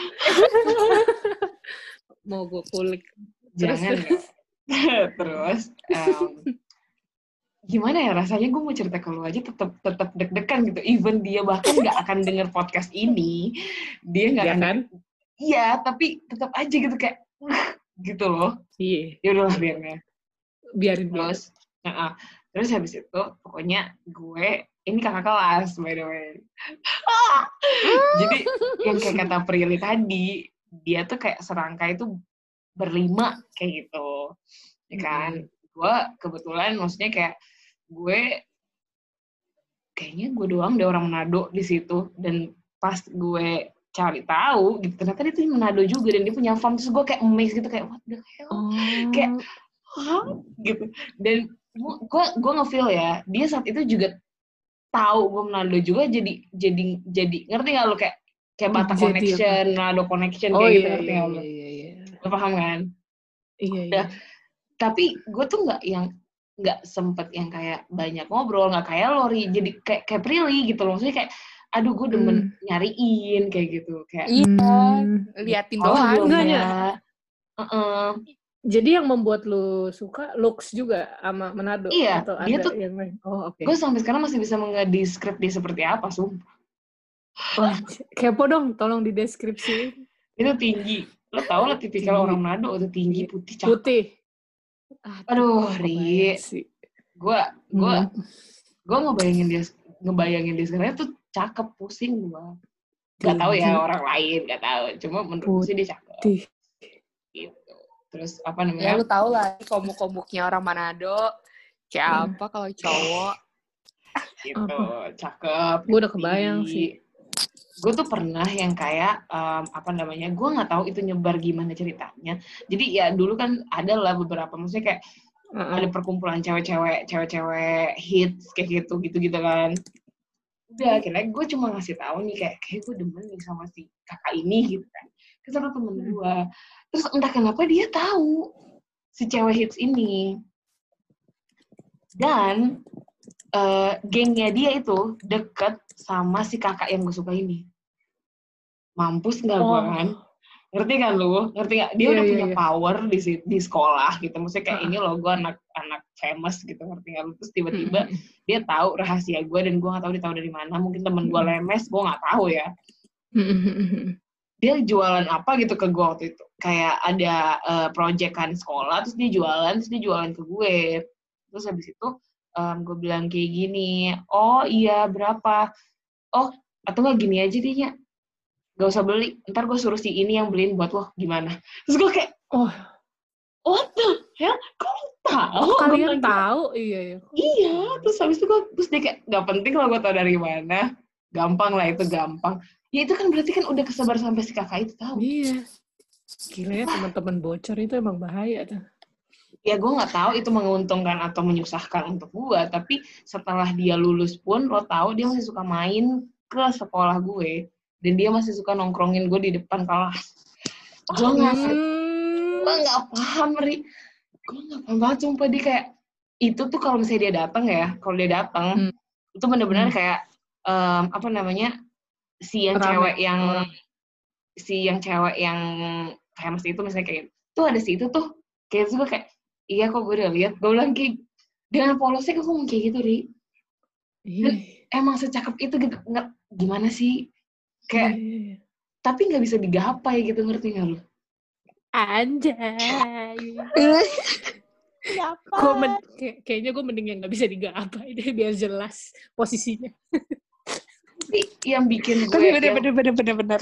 Mau gue kulik. Jangan dong. Terus em, gimana ya rasanya gue mau cerita ke lu aja tetap tetap deg-degan gitu. Even dia bahkan nggak akan denger podcast ini, dia nggak Iya akan. kan? Iya, tapi tetap aja gitu kayak gitu loh. Iya. Ya udahlah biarnya. Biarin dulu. Terus, uh-uh. terus habis itu pokoknya gue ini kakak kelas by the way. Ah! Jadi yang kayak kata Prilly tadi, dia tuh kayak serangkai itu berlima kayak gitu, ya kan? Gue kebetulan maksudnya kayak gue kayaknya gue doang deh orang Manado di situ, dan pas gue cari tahu gitu ternyata dia tuh Manado juga dan dia punya farm, terus gue kayak amazed gitu kayak what the hell, Oh. kayak hah gitu. Dan gue gue ngefeel ya dia saat itu juga tahu gue Manado juga, jadi jadi jadi ngerti nggak lo kayak kayak Batak Jadi connection, Manado connection Oh kayak iya, gitu, ngerti iya, nggak lo? iya, iya. Lo paham kan? Iya, iya. Udah. Tapi gue tuh nggak yang nggak sempet yang kayak banyak ngobrol, nggak kayak Lori, jadi kayak kayak Prilly gitu loh, maksudnya kayak aduh gue demen Hmm. nyariin kayak gitu kayak Iya, Hmm. liatin oh doang. belum Enggak, ya. Uh-uh. Jadi yang membuat lu suka looks juga sama Manado? Iya, Atau dia ada tuh- yang lain? Oh, oke. Gue sampai sekarang masih bisa mengdeskrip dia seperti apa, sumpah. Wah, kepo dong, tolong di deskripsi. Itu tinggi, Lo tau lah tipikal orang Manado udah tinggi, putih, cakep. Putih. Aduh, Ri. Gue, gue, hmm. gue ngebayangin dia, ngebayangin dia sebenarnya tuh cakep, pusing gue. Gak tahu ya orang lain, gak tahu. Cuma menurut gue sih dia cakep. Gitu. Terus apa namanya? Ya lu tau lah, komuk-komuknya orang Manado. Kayak apa kalau cowok? Gitu, apa? Cakep. Gue udah kebayang sih. Gue tuh pernah yang kayak um, apa namanya, gue nggak tahu itu nyebar gimana ceritanya. Jadi ya dulu kan ada lah beberapa, maksudnya kayak uh-uh. ada perkumpulan cewek-cewek, cewek-cewek hits kayak gitu, gitu-gitu kan. Udah, akhirnya gue cuma ngasih tahu nih kayak, kayak gue demen nih sama si kakak ini gitu kan. Terus ada temen gue, terus entah kenapa dia tahu si cewek hits ini. Dan uh, gengnya dia itu deket sama si kakak yang gue suka ini. Mampus nggak oh. gue kan? Ngerti kan lu? Ngerti nggak? Dia yeah, udah yeah, punya yeah. power di di sekolah gitu. Maksudnya kayak uh. ini loh, gue anak anak famous gitu, ngerti nggak lu? Terus tiba-tiba mm-hmm. dia tahu rahasia gue dan gue nggak tahu dia tahu dari mana. Mungkin temen gue lemes, gue nggak tahu ya. Mm-hmm. Dia jualan apa gitu ke gue waktu itu. Kayak ada uh, project kan sekolah, terus dia jualan, terus dia jualan ke gue. Terus habis itu um, gue bilang kayak gini, oh iya berapa? Oh atau nggak gini aja dia, gak usah beli, ntar gue suruh si ini yang beliin buat lo, gimana? Terus gue kayak, oh, what the hell? Kok lo tahu? Oh, kalian tahu? Iya, iya. Iya, terus habis itu gue, terus dia kayak, gak penting kalau gue tahu dari mana. Gampang lah itu, gampang. Ya itu kan berarti kan udah kesebar sampai si kakak itu tahu. Iya. Gila ya, teman-teman bocor itu emang bahaya tuh. Ya gue gak tahu itu menguntungkan atau menyusahkan untuk gue, tapi setelah dia lulus pun, lo tahu dia masih suka main ke sekolah gue. Dan dia masih suka nongkrongin gue di depan kelas. Gue nggak, hmm. gue nggak paham, Ri. Gue nggak paham banget, sumpah dia kayak itu tuh kalau misalnya dia datang ya, kalau dia datang hmm. itu benar-benar hmm. kayak um, apa namanya si yang Rame. cewek yang hmm. si yang cewek yang kayak mas itu misalnya kayak tuh ada si itu tuh kayak gue kayak iya kok gue udah lihat, gue bilang kayak dengan polosnya gue ngomong kayak gitu, Ri. Dan emang secakep itu gitu, nggak gimana sih? Kayak, yeah. tapi nggak bisa digapai gitu, ngerti nggak lu? Anjay. Gue men- kayak, kayaknya gue mending yang nggak bisa digapai deh, biar jelas posisinya. Tapi yang bikin gue... Tapi bener-bener-bener-bener.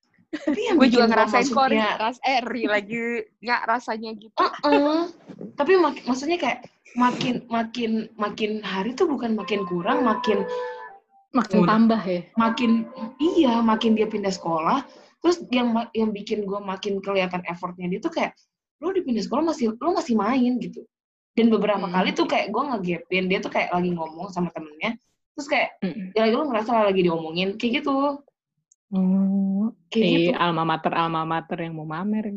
Gue juga ngerasain kok, ras eh, ri lagi nggak rasanya gitu. Uh-uh. Tapi mak- maksudnya kayak makin makin makin hari tuh bukan makin kurang, makin... makin tambah ya, makin iya makin dia pindah sekolah, terus yang yang bikin gue makin kelihatan effortnya dia tuh kayak lo di pindah sekolah masih lo masih main gitu, dan beberapa hmm. kali tuh kayak gue ngegapin dia tuh kayak lagi ngomong sama temennya, terus kayak hmm. ya lagi lo ngerasa lagi diomongin kayak gitu. Hmm. Kayak gitu. Alma mater alma mater yang mau mamer.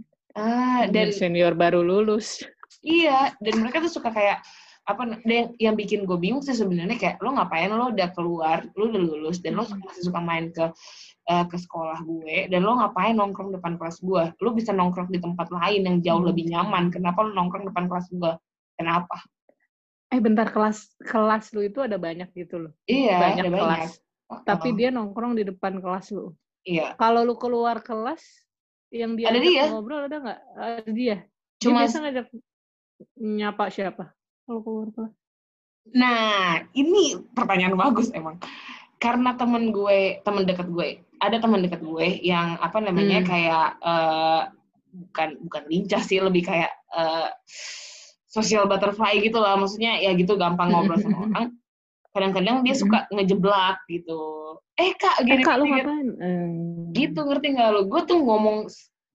Ah dan senior baru lulus. Iya, dan mereka tuh suka kayak apa yang yang bikin gue bingung sih sebenarnya kayak lo ngapain, lo udah keluar, lo udah lulus dan lo masih suka main ke uh, ke sekolah gue, dan lo ngapain nongkrong depan kelas gue? Lo bisa nongkrong di tempat lain yang jauh lebih nyaman. Kenapa lo nongkrong depan kelas gue? Kenapa? Eh bentar, kelas kelas lo itu ada banyak gitu loh. Iya, banyak ada kelas. Banyak. Uh-huh. Tapi dia nongkrong di depan kelas lo. Iya. Kalau lo keluar kelas, yang dia ada dia ngobrol ada nggak? Ada dia. Cuma dia biasa ngajak nyapa siapa? Kalau keluar kelas. Nah, ini pertanyaan bagus emang. Karena temen gue, temen dekat gue, ada temen dekat gue yang apa namanya hmm. kayak uh, bukan bukan lincah sih, lebih kayak uh, social butterfly gitu lah. Maksudnya ya gitu, gampang ngobrol sama orang. Kadang-kadang dia suka ngejeblak gitu. Eh kak, gini, eh, kak, gini, lu ngapain? Gitu, ngerti nggak lu? Gue tuh ngomong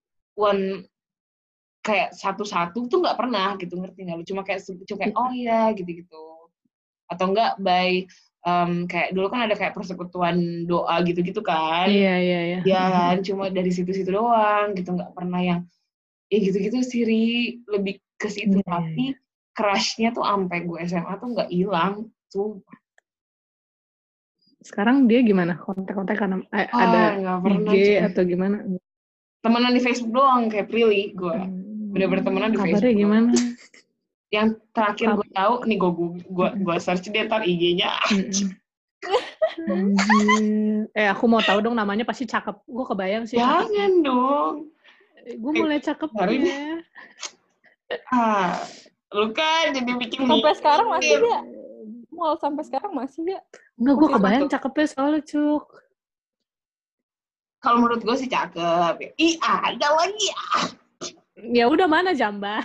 one kayak satu-satu tuh nggak pernah gitu, ngerti nggak lu? Cuma kayak cuma kayak oh iya gitu-gitu. Atau enggak by um, kayak dulu kan ada kayak persekutuan doa gitu-gitu kan? Iya iya iya. Ya kan, cuma dari situ-situ doang gitu, nggak pernah yang ya gitu-gitu sih, Ri. Lebih ke situ. Yeah. Tapi crush-nya tuh sampai gue S M A tuh nggak hilang, sumpah. Sekarang dia gimana? Kontak-kontak karena eh, oh, ada I G cuman. Atau gimana? Temenan di Facebook doang kayak Prilly gue. Hmm. Udah bertemanan di kabarnya Facebook. Kabarnya gimana? Doang. Yang terakhir gue tahu nih, gue gue gue search dia ntar I G-nya. eh aku mau tahu dong namanya, pasti cakep. Gue kebayang sih. Jangan cakep. Dong. Gue mulai cakepnya. Ah, lu kan jadi bikin sampai sekarang masih ya? Mau sampai sekarang masih ya? Enggak, gue kebayang cakepnya soalnya, Cuk. Kalau menurut gue sih cakep. Ih, ada lagi ya. Ya udah, mana jamban?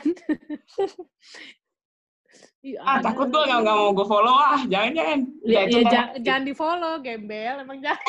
Ih, ah, ada. Takut gue nggak mau gue follow ah, jangan-jangan. Ya, ya jangan, jangan di follow, gembel, emang jangan.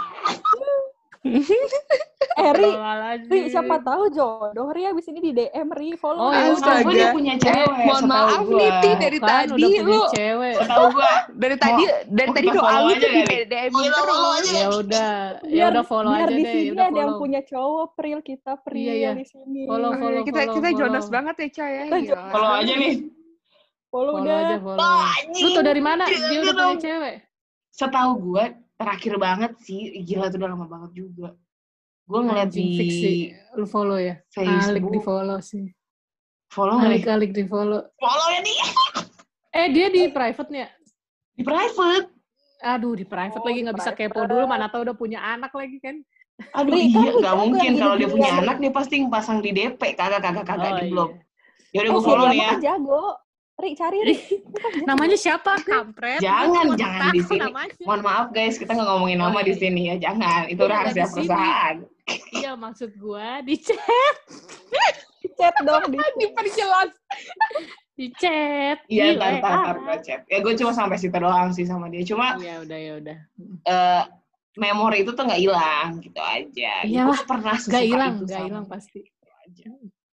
Eh, Ri, Ri, siapa tahu jodoh Ri abis ini di D M Ri, follow. Oh, ya udah, gue udah punya cewek. Eh, mohon maaf gua. nih, Ti, dari kan, tadi lu. Cewek. Tahu gue. Dari tadi, dari tadi doa lu tuh di D M terus. Ya udah, ya udah follow biar aja di deh. Biar di sini ada follow. yang punya cowok, Pril, kita Pril iya, iya. di sini. Follow, follow, kita follow, kita follow. Jonas banget ya, coy ya. Kita follow aja nih. Follow, follow udah. aja, follow. Oh, lu tau dari mana? Dia udah punya cewek. Setahu gue terakhir banget sih, gila itu udah lama banget juga. Gue ngeliat di lu follow ya? Facebook. Alik di follow sih. Follow Alik-alik di follow. Follow ya nih. Eh dia di private-nya? Di private. Aduh di private oh, lagi nggak bisa kepo dulu, mana tau udah punya anak lagi kan? Aduh Ri, iya nggak mungkin kalau dia punya anak dia pasti pasang di D P kagak kagak kagak oh, di blog. Iya. Ya udah gue follow nih ya. Kan jago. Ri cari Ri. Namanya siapa? Kampret. Jangan jangan di sini. Mohon maaf guys, kita nggak ngomongin nama oh, iya. di sini ya, jangan. Itu rahasia perusahaan. Iya maksud gue di chat. Di chat dong, di diperjelas. Di chat. Iya, ntar ntar gue chat. Ya gue cuma sampai situ doang sih sama dia. Cuma. Iya udah ya udah. Uh, memori itu tuh nggak hilang gitu aja. Iyalah. Pernah nggak hilang, nggak hilang pasti. Aja.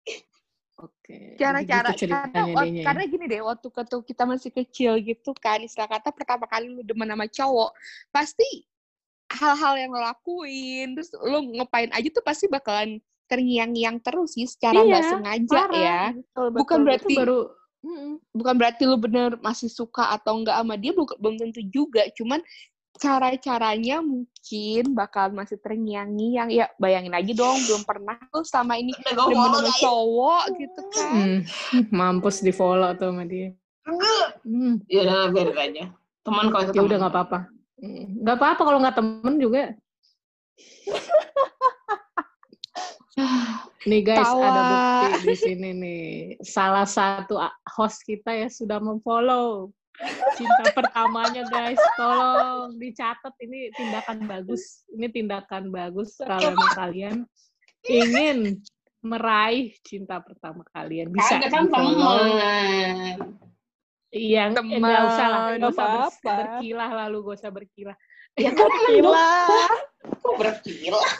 Oke. Cara-cara gitu karena, dia, karena gini deh, waktu ketu kita masih kecil gitu kan, istilah kata pertama kali lu demen sama cowok, pasti hal-hal yang lo lakuin, terus lu ngapain aja tuh pasti bakalan terngiang-ngiang terus sih secara nggak iya, sengaja parah. ya. Betul, betul, bukan berarti baru bukan berarti lu bener masih suka atau enggak sama dia, belum tentu juga, cuman cara-caranya mungkin bakal masih terngiang-ngiang. Ya bayangin aja dong, belum pernah tuh sama ini demen cowok gitu kan. Hmm, mampus di follow tuh sama dia. Hmm. Ya udah biarin aja. Teman kalau itu ya udah nggak apa-apa. Nggak apa-apa kalau nggak temen juga. Nih guys, Tawa. ada bukti di sini nih. Salah satu host kita ya sudah memfollow cinta pertamanya guys, tolong dicatat, ini tindakan bagus, ini tindakan bagus kalau kalian ingin meraih cinta pertama kalian bisa. Ada kan teman. Iya, nggak usah lah, nggak usah ber- berkilah lalu, gak usah berkilah. Ya berkilah, kok berkilah?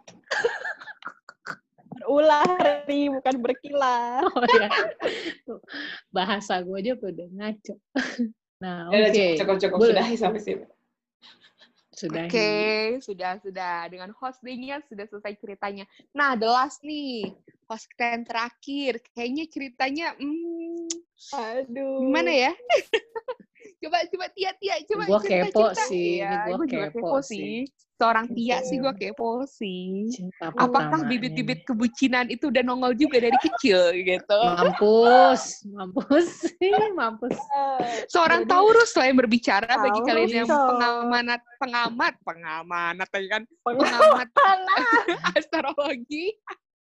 Berulah, Ri, bukan berkilah. Oh, ya. Bahasa gue aja udah ngaco. Nah, oke. Okay. Cukup-cukup sudah sampai sini. Sudah. Oke, okay. sudah sudah dengan host day-nya sudah selesai ceritanya. Nah, the last nih, host kita yang terakhir. Kayaknya ceritanya, hmm, aduh, gimana ya? coba coba Tia Tia coba gua cerita kepo cerita. sih, Ya, gua gue juga kepo sih. Seorang Tia sih gue kepo sih. Apakah bibit-bibit kebucinan itu udah nongol juga dari kecil gitu? Mampus, mampus sih, mampus. Seorang Taurus lah yang berbicara Taurus bagi kalian yang pengamat, pengamat, pengamat, kan? Pengamat astrologi.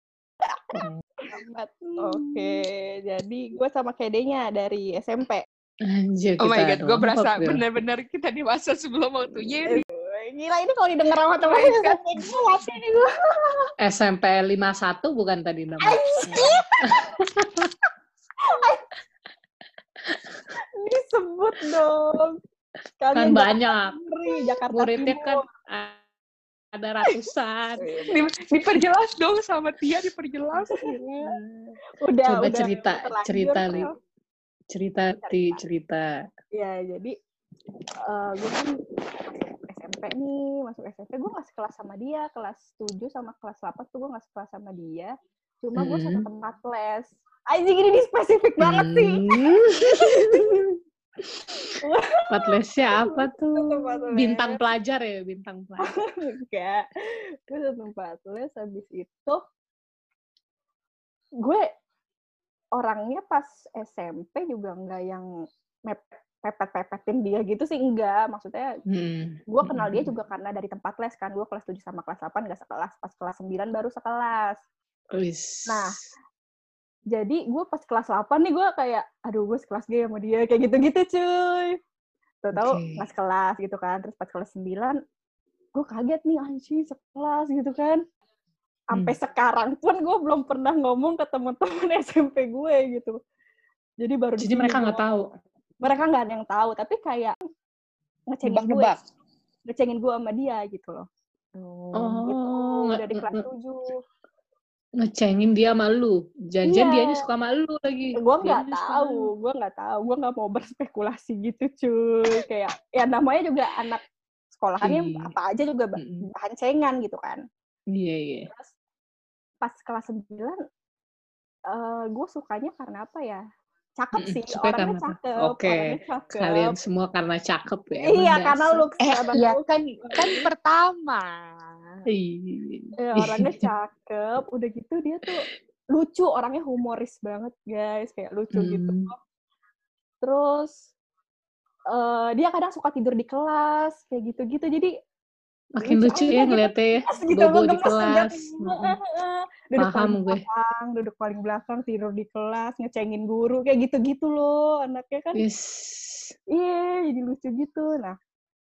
Oke, jadi gue sama Kedenya dari S M P. Anjir, oh my god, gue berasa benar-benar kita dewasa sebelum waktunya. Gila, ini kalau didengar sama temen-temen kan mati nih gue. S M P lima puluh satu bukan tadi namanya. Disebut dong. Kalian kan banyak. Jakarta muridnya kan ada ratusan. Diperjelas dong sama Tia, diperjelas. Udah, coba udah cerita, cerita li. Cerita, Ti, cerita. Ya, jadi uh, gue kan S M P nih, masuk S M P, gue gak sekelas sama dia, kelas tujuh sama kelas delapan tuh gue gak sekelas sama dia, cuma gue hmm. satu tempat les. Anjing, ini spesifik hmm. banget sih. Tempat lesnya apa tuh? Bintang pelajar ya, bintang pelajar. Enggak, gue satu tempat les, habis itu gue orangnya pas S M P juga nggak yang pepet-pepetin dia gitu sih, enggak. Maksudnya hmm. gue kenal dia juga karena dari tempat les kan. Gue kelas tujuh sama kelas delapan nggak sekelas. Pas kelas sembilan baru sekelas. Wis. Nah, jadi gue pas kelas delapan nih gue kayak, aduh gue sekelas G sama dia, kayak gitu-gitu cuy. Tahu-tahu Okay. pas kelas gitu kan, terus pas kelas sembilan, gue kaget nih anjing sekelas gitu kan. Sampai hmm. sekarang pun gue belum pernah ngomong ke teman-teman S M P gue gitu. Jadi baru Jadi mereka nggak tahu. Mereka nggak ada yang tahu, tapi kayak ngecengin gue, ngecengin gue sama dia gitu loh. Oh, gitu dari kelas tujuh. Ngecengin dia sama lu. Janjian iya. Dianya suka sama lu lagi. Gue nggak tahu, gue nggak tahu, gue nggak mau berspekulasi gitu cuy. Kayak ya namanya juga anak sekolahannya Iya. apa aja juga bahan cengan gitu kan. Iya iya. Terus pas kelas sembilan, uh, gue sukanya karena apa ya? Cakep sih, suka orangnya karena cakep, okay. orangnya cakep. Kalian semua karena cakep ya? Iya, karena looks. Eh, iya kan, kan pertama. Ya, orangnya cakep, udah gitu dia tuh lucu, orangnya humoris banget guys, kayak lucu hmm. gitu. Terus uh, dia kadang suka tidur di kelas, kayak gitu-gitu, jadi makin lucu, lucu ya ngeliatnya ya, gitu, bobo di kelas. Duduk Paham paling gue. belakang, duduk paling belakang, tidur di kelas, ngecengin guru, kayak gitu-gitu loh anaknya kan. Yes. Iya, jadi lucu gitu. Nah,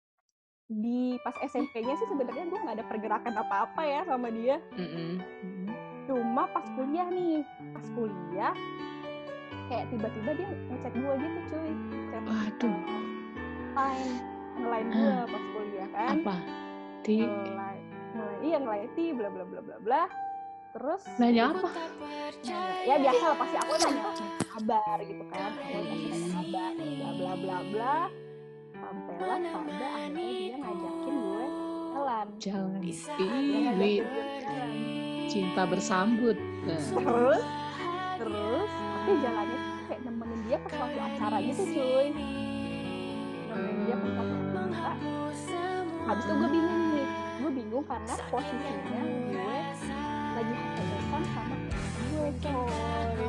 di pas S M P-nya sih sebenarnya gue nggak ada pergerakan apa-apa ya sama dia. Mm-hmm. Cuma pas kuliah nih, pas kuliah, kayak tiba-tiba dia ngechat gue gitu cuy. Chat, Waduh. Line, nge-line gue pas kuliah kan. Apa? Ti? Nge-line, nge-line, iya nge-line ti, bla bla bla bla bla. Terus nanya apa? Nanya, ya biasa lah pasti aku nanya kabar gitu kan. Aku pasti nanya kabar, bla bla bla bla. Sampailah pada akhirnya dia ngajakin gue jalan. Jalan. Ih, cinta bersambut. Nah. Terus, terus, tapi jalannya kayak nemenin dia ke suatu acara gitu cuy. Nemenin dia ke suatu acara. Habis itu gue bingung nih, gue bingung karena posisinya gue lagi H T S-an sama gue coy.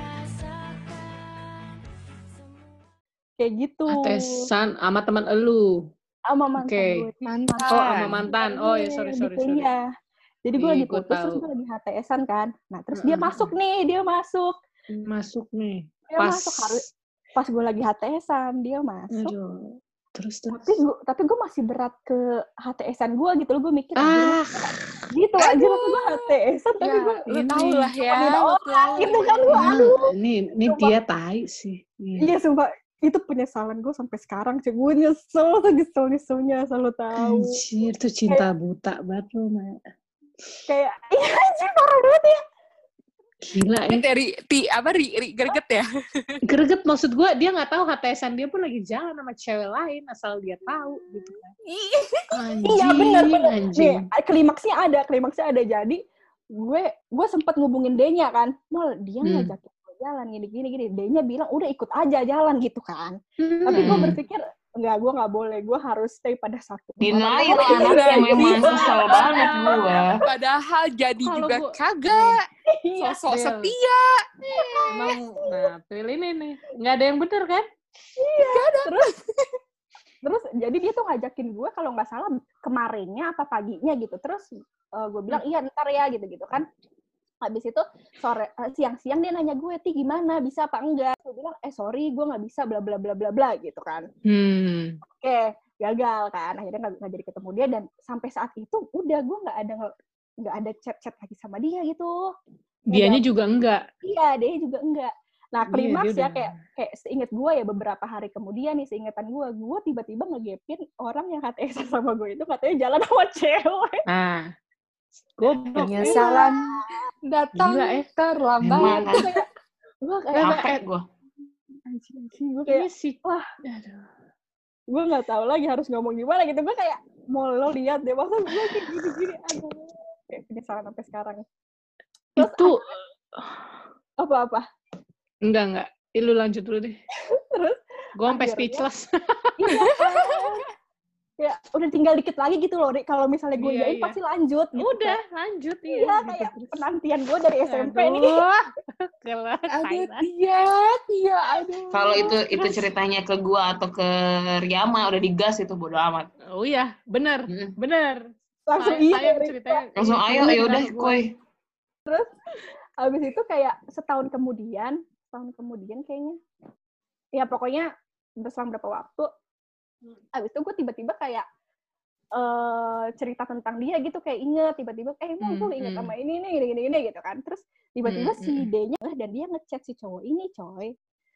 Kayak gitu. H T S-an sama teman elu. Sama mantan okay. gue. Mantan. Oh, sama mantan. Oh ya sorry sorry gitu, sorry. Iya. Jadi gue Iyi, lagi putus terus gue lagi H T S-an kan. Nah terus uh-uh. dia masuk nih, dia masuk. Masuk nih. Dia pas. masuk harus. Pas gue lagi H T S-an dia masuk. Aduh. Terus terus. Tapi gue tapi gue masih berat ke H T S-an gue gitu loh, gue mikir ah. gitu aja waktu gue H T S-an tapi ya, gue lu tau lah ya. orang gitu kan gue aduh. Ini ini dia tai sih. Iya sumpah itu penyesalan gue sampai sekarang sih, gue nyesel nyesel nyeselnya selalu tahu. Anjir tuh cinta kayak, buta banget lo Mak. Kayak iya anjir parah banget ya. Gila ya. Dari ti apa ri, ri greget ya? Greget maksud gue dia nggak tahu H T S-an dia pun lagi jalan sama cewek lain asal dia tahu gitu kan. Anjing, iya benar benar. Anjing. Nih, klimaksnya ada, klimaksnya ada. Jadi gue gue sempat ngubungin D-nya kan. Mal dia hmm. ngajakin gue jalan gini gini gini. D-nya bilang udah ikut aja jalan gitu kan. Hmm. Tapi gue berpikir enggak, gue nggak boleh, gue harus stay pada satu. Denial anaknya memang kesel banget gue. Padahal jadi kalo juga gua, kagak, sosok iya. setia. Emang, nah pilih ini nih, nggak ada yang bener kan? Iya. Terus, terus jadi dia tuh ngajakin gue kalau nggak salah kemarinnya apa paginya gitu. Terus uh, gue bilang iya ntar ya gitu-gitu kan. Habis itu sore uh, siang-siang dia nanya gue, "Ti gimana? Bisa apa enggak?" Gue bilang, "Eh sorry, gue nggak bisa bla bla bla bla bla" gitu kan. Hmm. Oke, okay, gagal kan. Akhirnya nggak nggak jadi ketemu dia dan sampai saat itu udah gue nggak ada nggak ada chat-chat lagi sama dia gitu. Dianya gak, juga enggak. Iya, dia juga enggak. Nah, klimaks yeah, ya kayak kayak seinget gue ya beberapa hari kemudian nih seingetan gue, gue tiba-tiba ngegepin orang yang H T S sama gue itu katanya jalan sama cewek. Ah. Gue penyesalan datang gila, eh. terlambat. Gue kayak capek gue. Anjing, gue kayak sih. Wah, gue nggak tahu lagi harus ngomong gimana gitu. Gue kayak mau lo lihat deh, maksud gue kayak gini-gini, aduh, kayak penyesalan sampai sekarang. Terus itu apa-apa? Enggak enggak, eh, lu lanjut dulu deh. Terus? Gue sampai speechless. Iya. Ya udah tinggal dikit lagi gitu loh, kalau misalnya gue iya, yain iya. pasti lanjut gitu. Udah kan. lanjut iya, iya gitu. Kayak penantian gue dari S M P aduh, nih. Kelas aduh dia dia aduh. Kalau itu itu ceritanya ke gue atau ke Riyama udah digas itu bodo amat. Oh iya benar hmm. benar langsung saya, iya saya ceritanya langsung ayo ya udah koi. Terus Habis itu kayak setahun kemudian, setahun kemudian kayaknya, ya pokoknya berselang berapa waktu, habis itu gue tiba-tiba kayak uh, cerita tentang dia gitu, kayak inget tiba-tiba, eh mau gue inget sama ini nih, gini-gini gitu kan. Terus tiba-tiba hmm, si D-nya dan dia ngechat si cowok ini, coy.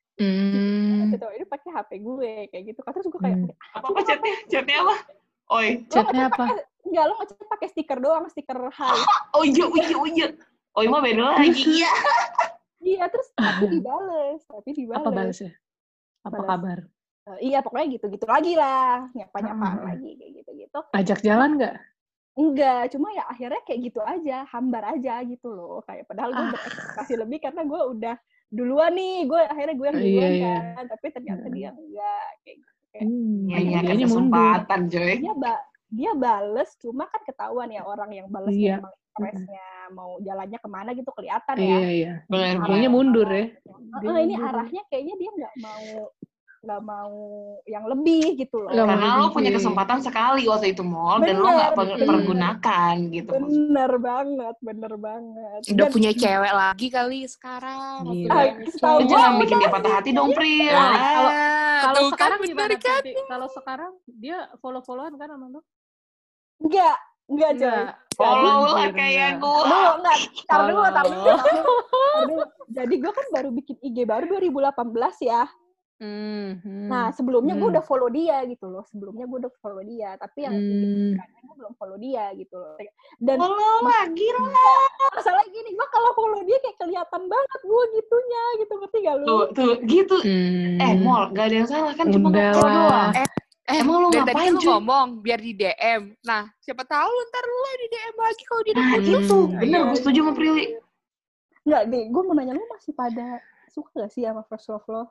Hmm. Si cowok ini pakai H P gue kayak gitu kan. Terus gue kayak hmm. apa apa chatnya? Chatnya apa? Oi, chatnya apa? Pake, enggak, lo ngechat pakai stiker doang, stiker hai. Oh iya, oh iya, oh iya. Oi mah beda lagi, iya. Iya, terus tapi dibales, tapi dibales. Apa balesnya? Apa Balas. Kabar? Uh, iya, pokoknya gitu-gitu lagi lah, nyapa-nyapaan hmm. lagi kayak gitu-gitu. Ajak jalan nggak? Enggak, cuma ya akhirnya kayak gitu aja, hambar aja gitu loh. Kayak padahal gue ah. berekspektasi lebih karena gue udah duluan nih, gue akhirnya gue yang duluan iya, iya. kan, tapi ternyata dia enggak kayak gitu. Kayak, hmm, ya, ya, kesempatan, coy. Dia, ba- dia bales, cuma kan ketahuan ya orang yang bales iya. memang express-nya mau jalannya kemana gitu kelihatan ya. Iya iya. Kayaknya mundur ya. Dia uh, ini arahnya kayaknya dia nggak mau nggak mau yang lebih gitu loh. Gak karena lo punya kesempatan sekali waktu itu Mol dan lo nggak pergunakan gitu. Bener banget, bener banget. Udah dan, punya cewek lagi kali sekarang. Iya. Jangan bikin dia patah hati dong, Pri. Kalau kalau sekarang gimana? Kalau sekarang dia follow-followan kan sama lo? Enggak. Enggak, coy. Follow lah kayak gue. Dulu, enggak. Ntar dulu, ntar dulu. Jadi gue kan baru bikin I G baru dua ribu delapan belas ya. Hmm, hmm, nah, sebelumnya hmm. gue udah follow dia gitu loh. Sebelumnya gue udah follow dia. Tapi yang hmm. gue belum follow dia gitu loh. Dan follow lagi lah. Masalah gini, gue kalau follow dia kayak kelihatan banget gue gitunya gitu. Ngerti gak lu? Tuh, tuh, gitu. Hmm. Eh, Mol, gak ada yang salah kan. Cuma ngobrol doang. Eh, Eh, emang lu ngapain lu ngomong biar di D M. Nah, siapa tahu lu ntar lu di D M lagi kalau dia nah, gitu. Bener, gue setuju sama Prilly. Enggak, deh, gue mau nanya lu masih pada suka gak sih sama First Love Lo?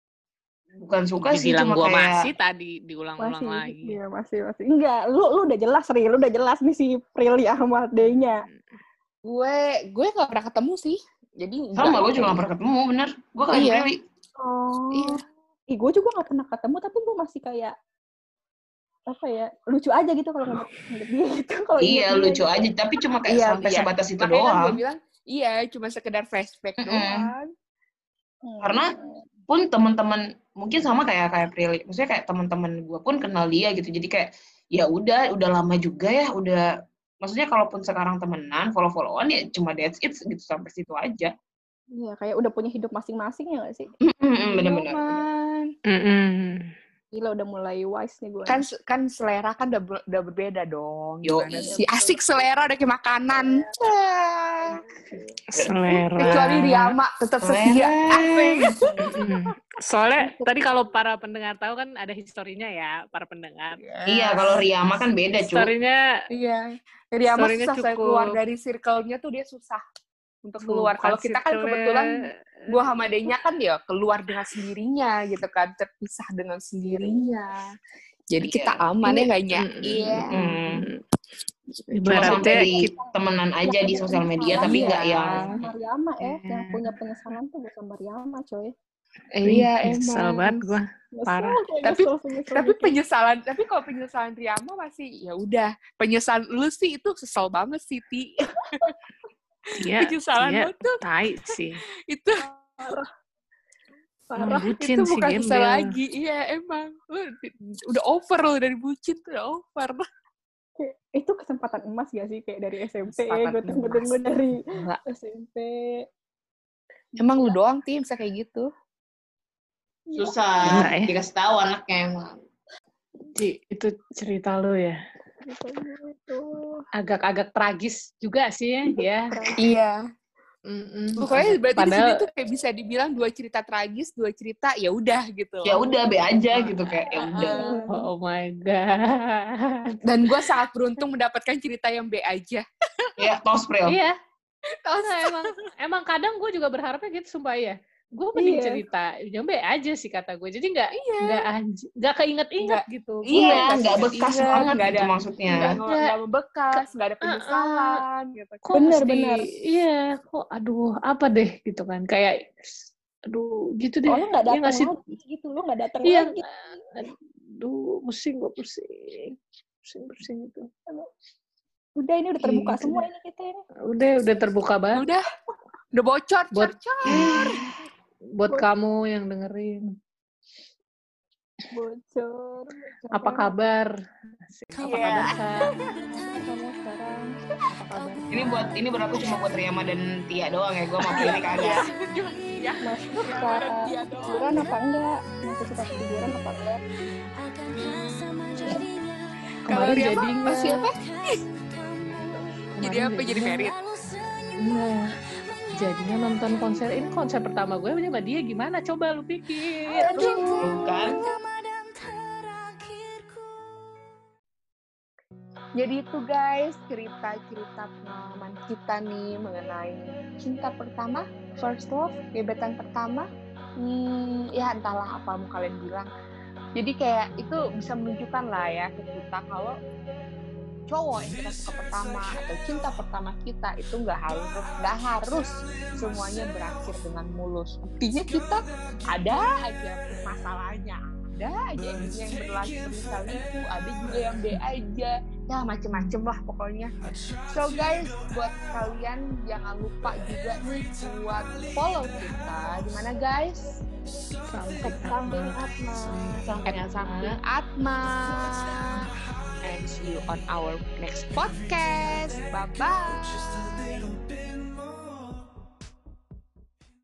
Bukan suka sih, cuma gua kayak masih tadi diulang-ulang masih, lagi. Iya, masih masih. Enggak, lu lu udah jelas, Ri. Lu udah jelas nih si Prilly sama D-nya. Gue gue enggak pernah ketemu sih. Jadi sama gue juga enggak pernah ketemu, bener. Gue kayak iya. Prilly. Oh. Iya. Ih, gue juga enggak pernah ketemu tapi gue masih kayak apa ya, lucu aja gitu kalau ngeliat dia gitu. Kalau iya, lucu dia, aja, gitu. Tapi cuma kayak iya, sampai iya. sebatas itu makanya doang. Makanya kan gue bilang, iya, cuma sekedar flashback mm-hmm. doang. Hmm. Karena pun teman-teman mungkin sama kayak kayak Prilly, maksudnya kayak teman-teman gue pun kenal dia gitu. Jadi kayak ya udah, udah lama juga ya, udah. Maksudnya kalaupun sekarang temenan, follow-followan ya cuma that's it gitu sampai situ aja. Iya, kayak udah punya hidup masing-masing ya nggak sih? Mm-hmm, benar-benar. Mm-hmm. Gila udah mulai wise nih gue. Kan kan selera kan udah, ber, udah berbeda dong. Yo, si asik selera udah kayak makanan. Ya. Selera. Kecuali Riyama tetap setia. Asik. Soalnya tadi kalau para pendengar tahu kan ada historinya ya, para pendengar. Yes. Iya, kalau Riyama kan beda, Cu. Historinya iya. Riyama susah cukup... keluar dari circle-nya tuh dia susah untuk keluar. Kalau kita kan kebetulan gua sama Denya kan ya keluar dengan sendirinya gitu kan, terpisah dengan sendirinya. Jadi yeah. kita aman ya kayaknya. Iya. Ibaratnya kita temenan aja di sosial media tapi nggak iya. yang Mariama ya, yang punya penyesalan tuh bukan Mariama, coy. Iya, emang. Nyesel banget gua. Parah. Tapi tapi penyesalan, tapi kalau penyesalan Riyama masih ya udah. Penyesalan lu sih itu kesel banget sih, Ti. Iya, penyesalan iya, lo tuh tai sih. Itu parah. Parah. Bucin itu bukan kesel lagi. Iya, emang. Lu udah over lo dari bucin tuh udah over. Itu kesempatan emas gak sih kayak dari S M P ya, gue tunggu-tunggu dari Enggak. S M P. Emang lu doang tim bisa kayak gitu. Susah. Ya, dikasih tahu anaknya emang. Ci, itu cerita lu ya. Agak-agak tragis juga sih ya, ya. Iya. Mm-mm. Pokoknya berarti Padahal, di sini tuh kayak bisa dibilang dua cerita tragis, dua cerita ya udah gitu. Ya udah be aja gitu kayak ya udah. Oh my god. Dan gue sangat beruntung mendapatkan cerita yang be aja. Iya, tos Pril. Iya. Tos emang emang kadang gue juga berharapnya gitu sumpah ya. Gue mending iya. cerita, nyampe aja sih kata gue. Jadi nggak iya. nggak nggak keinget-inget gitu. Iya, nggak bekas inget, banget gak gitu ada, maksudnya. Nggak nggak bekas, nggak ada penyesalan. Uh, gitu. Kok bener-bener. Iya, kok aduh apa deh gitu kan. Kayak aduh gitu deh. Oh, lo nggak datang ya, lagi gitu, lo nggak datang iya, lagi. Aduh, pusing gue pusing, pusing-pusing itu. Udah ini udah terbuka gitu semua deh. Ini kita ini. Udah udah terbuka banget. Udah. Udah bocor, buat cor. Buat kamu yang dengerin. Bocor. Apa kabar? Apa Yeah. kabar, Kamu sekarang apa kabar? Ini buat ini berlaku cuma buat Riyama dan Tia doang ya. Gue sama Pilih kagak. Ya. Masih suka tiduran apa enggak? Masih suka tiduran apa enggak? Kemarin jadi masih apa? Jadi apa? Jadi merit? Enggak. Jadinya nonton konser. Ini konser pertama gue sama dia gimana? Coba lu pikir. Bukan. Jadi itu guys, cerita-cerita pengalaman kita nih mengenai cinta pertama, first love, gebetan pertama. Hmm, ya entahlah apa mau kalian bilang. Jadi kayak itu bisa menunjukkan lah ya ke kita kalau cowok yang kita suka pertama atau cinta pertama kita itu nggak harus nggak harus semuanya berakhir dengan mulus. Buktinya kita ada aja masalahnya, ada aja yang yang berlaku berliku, ada juga yang B aja, ya macem-macem lah pokoknya. So guys, buat kalian jangan lupa juga nih buat follow kita di mana guys? Samping Atma. Samping Samping Atma. And see you on our next podcast. Bye-bye.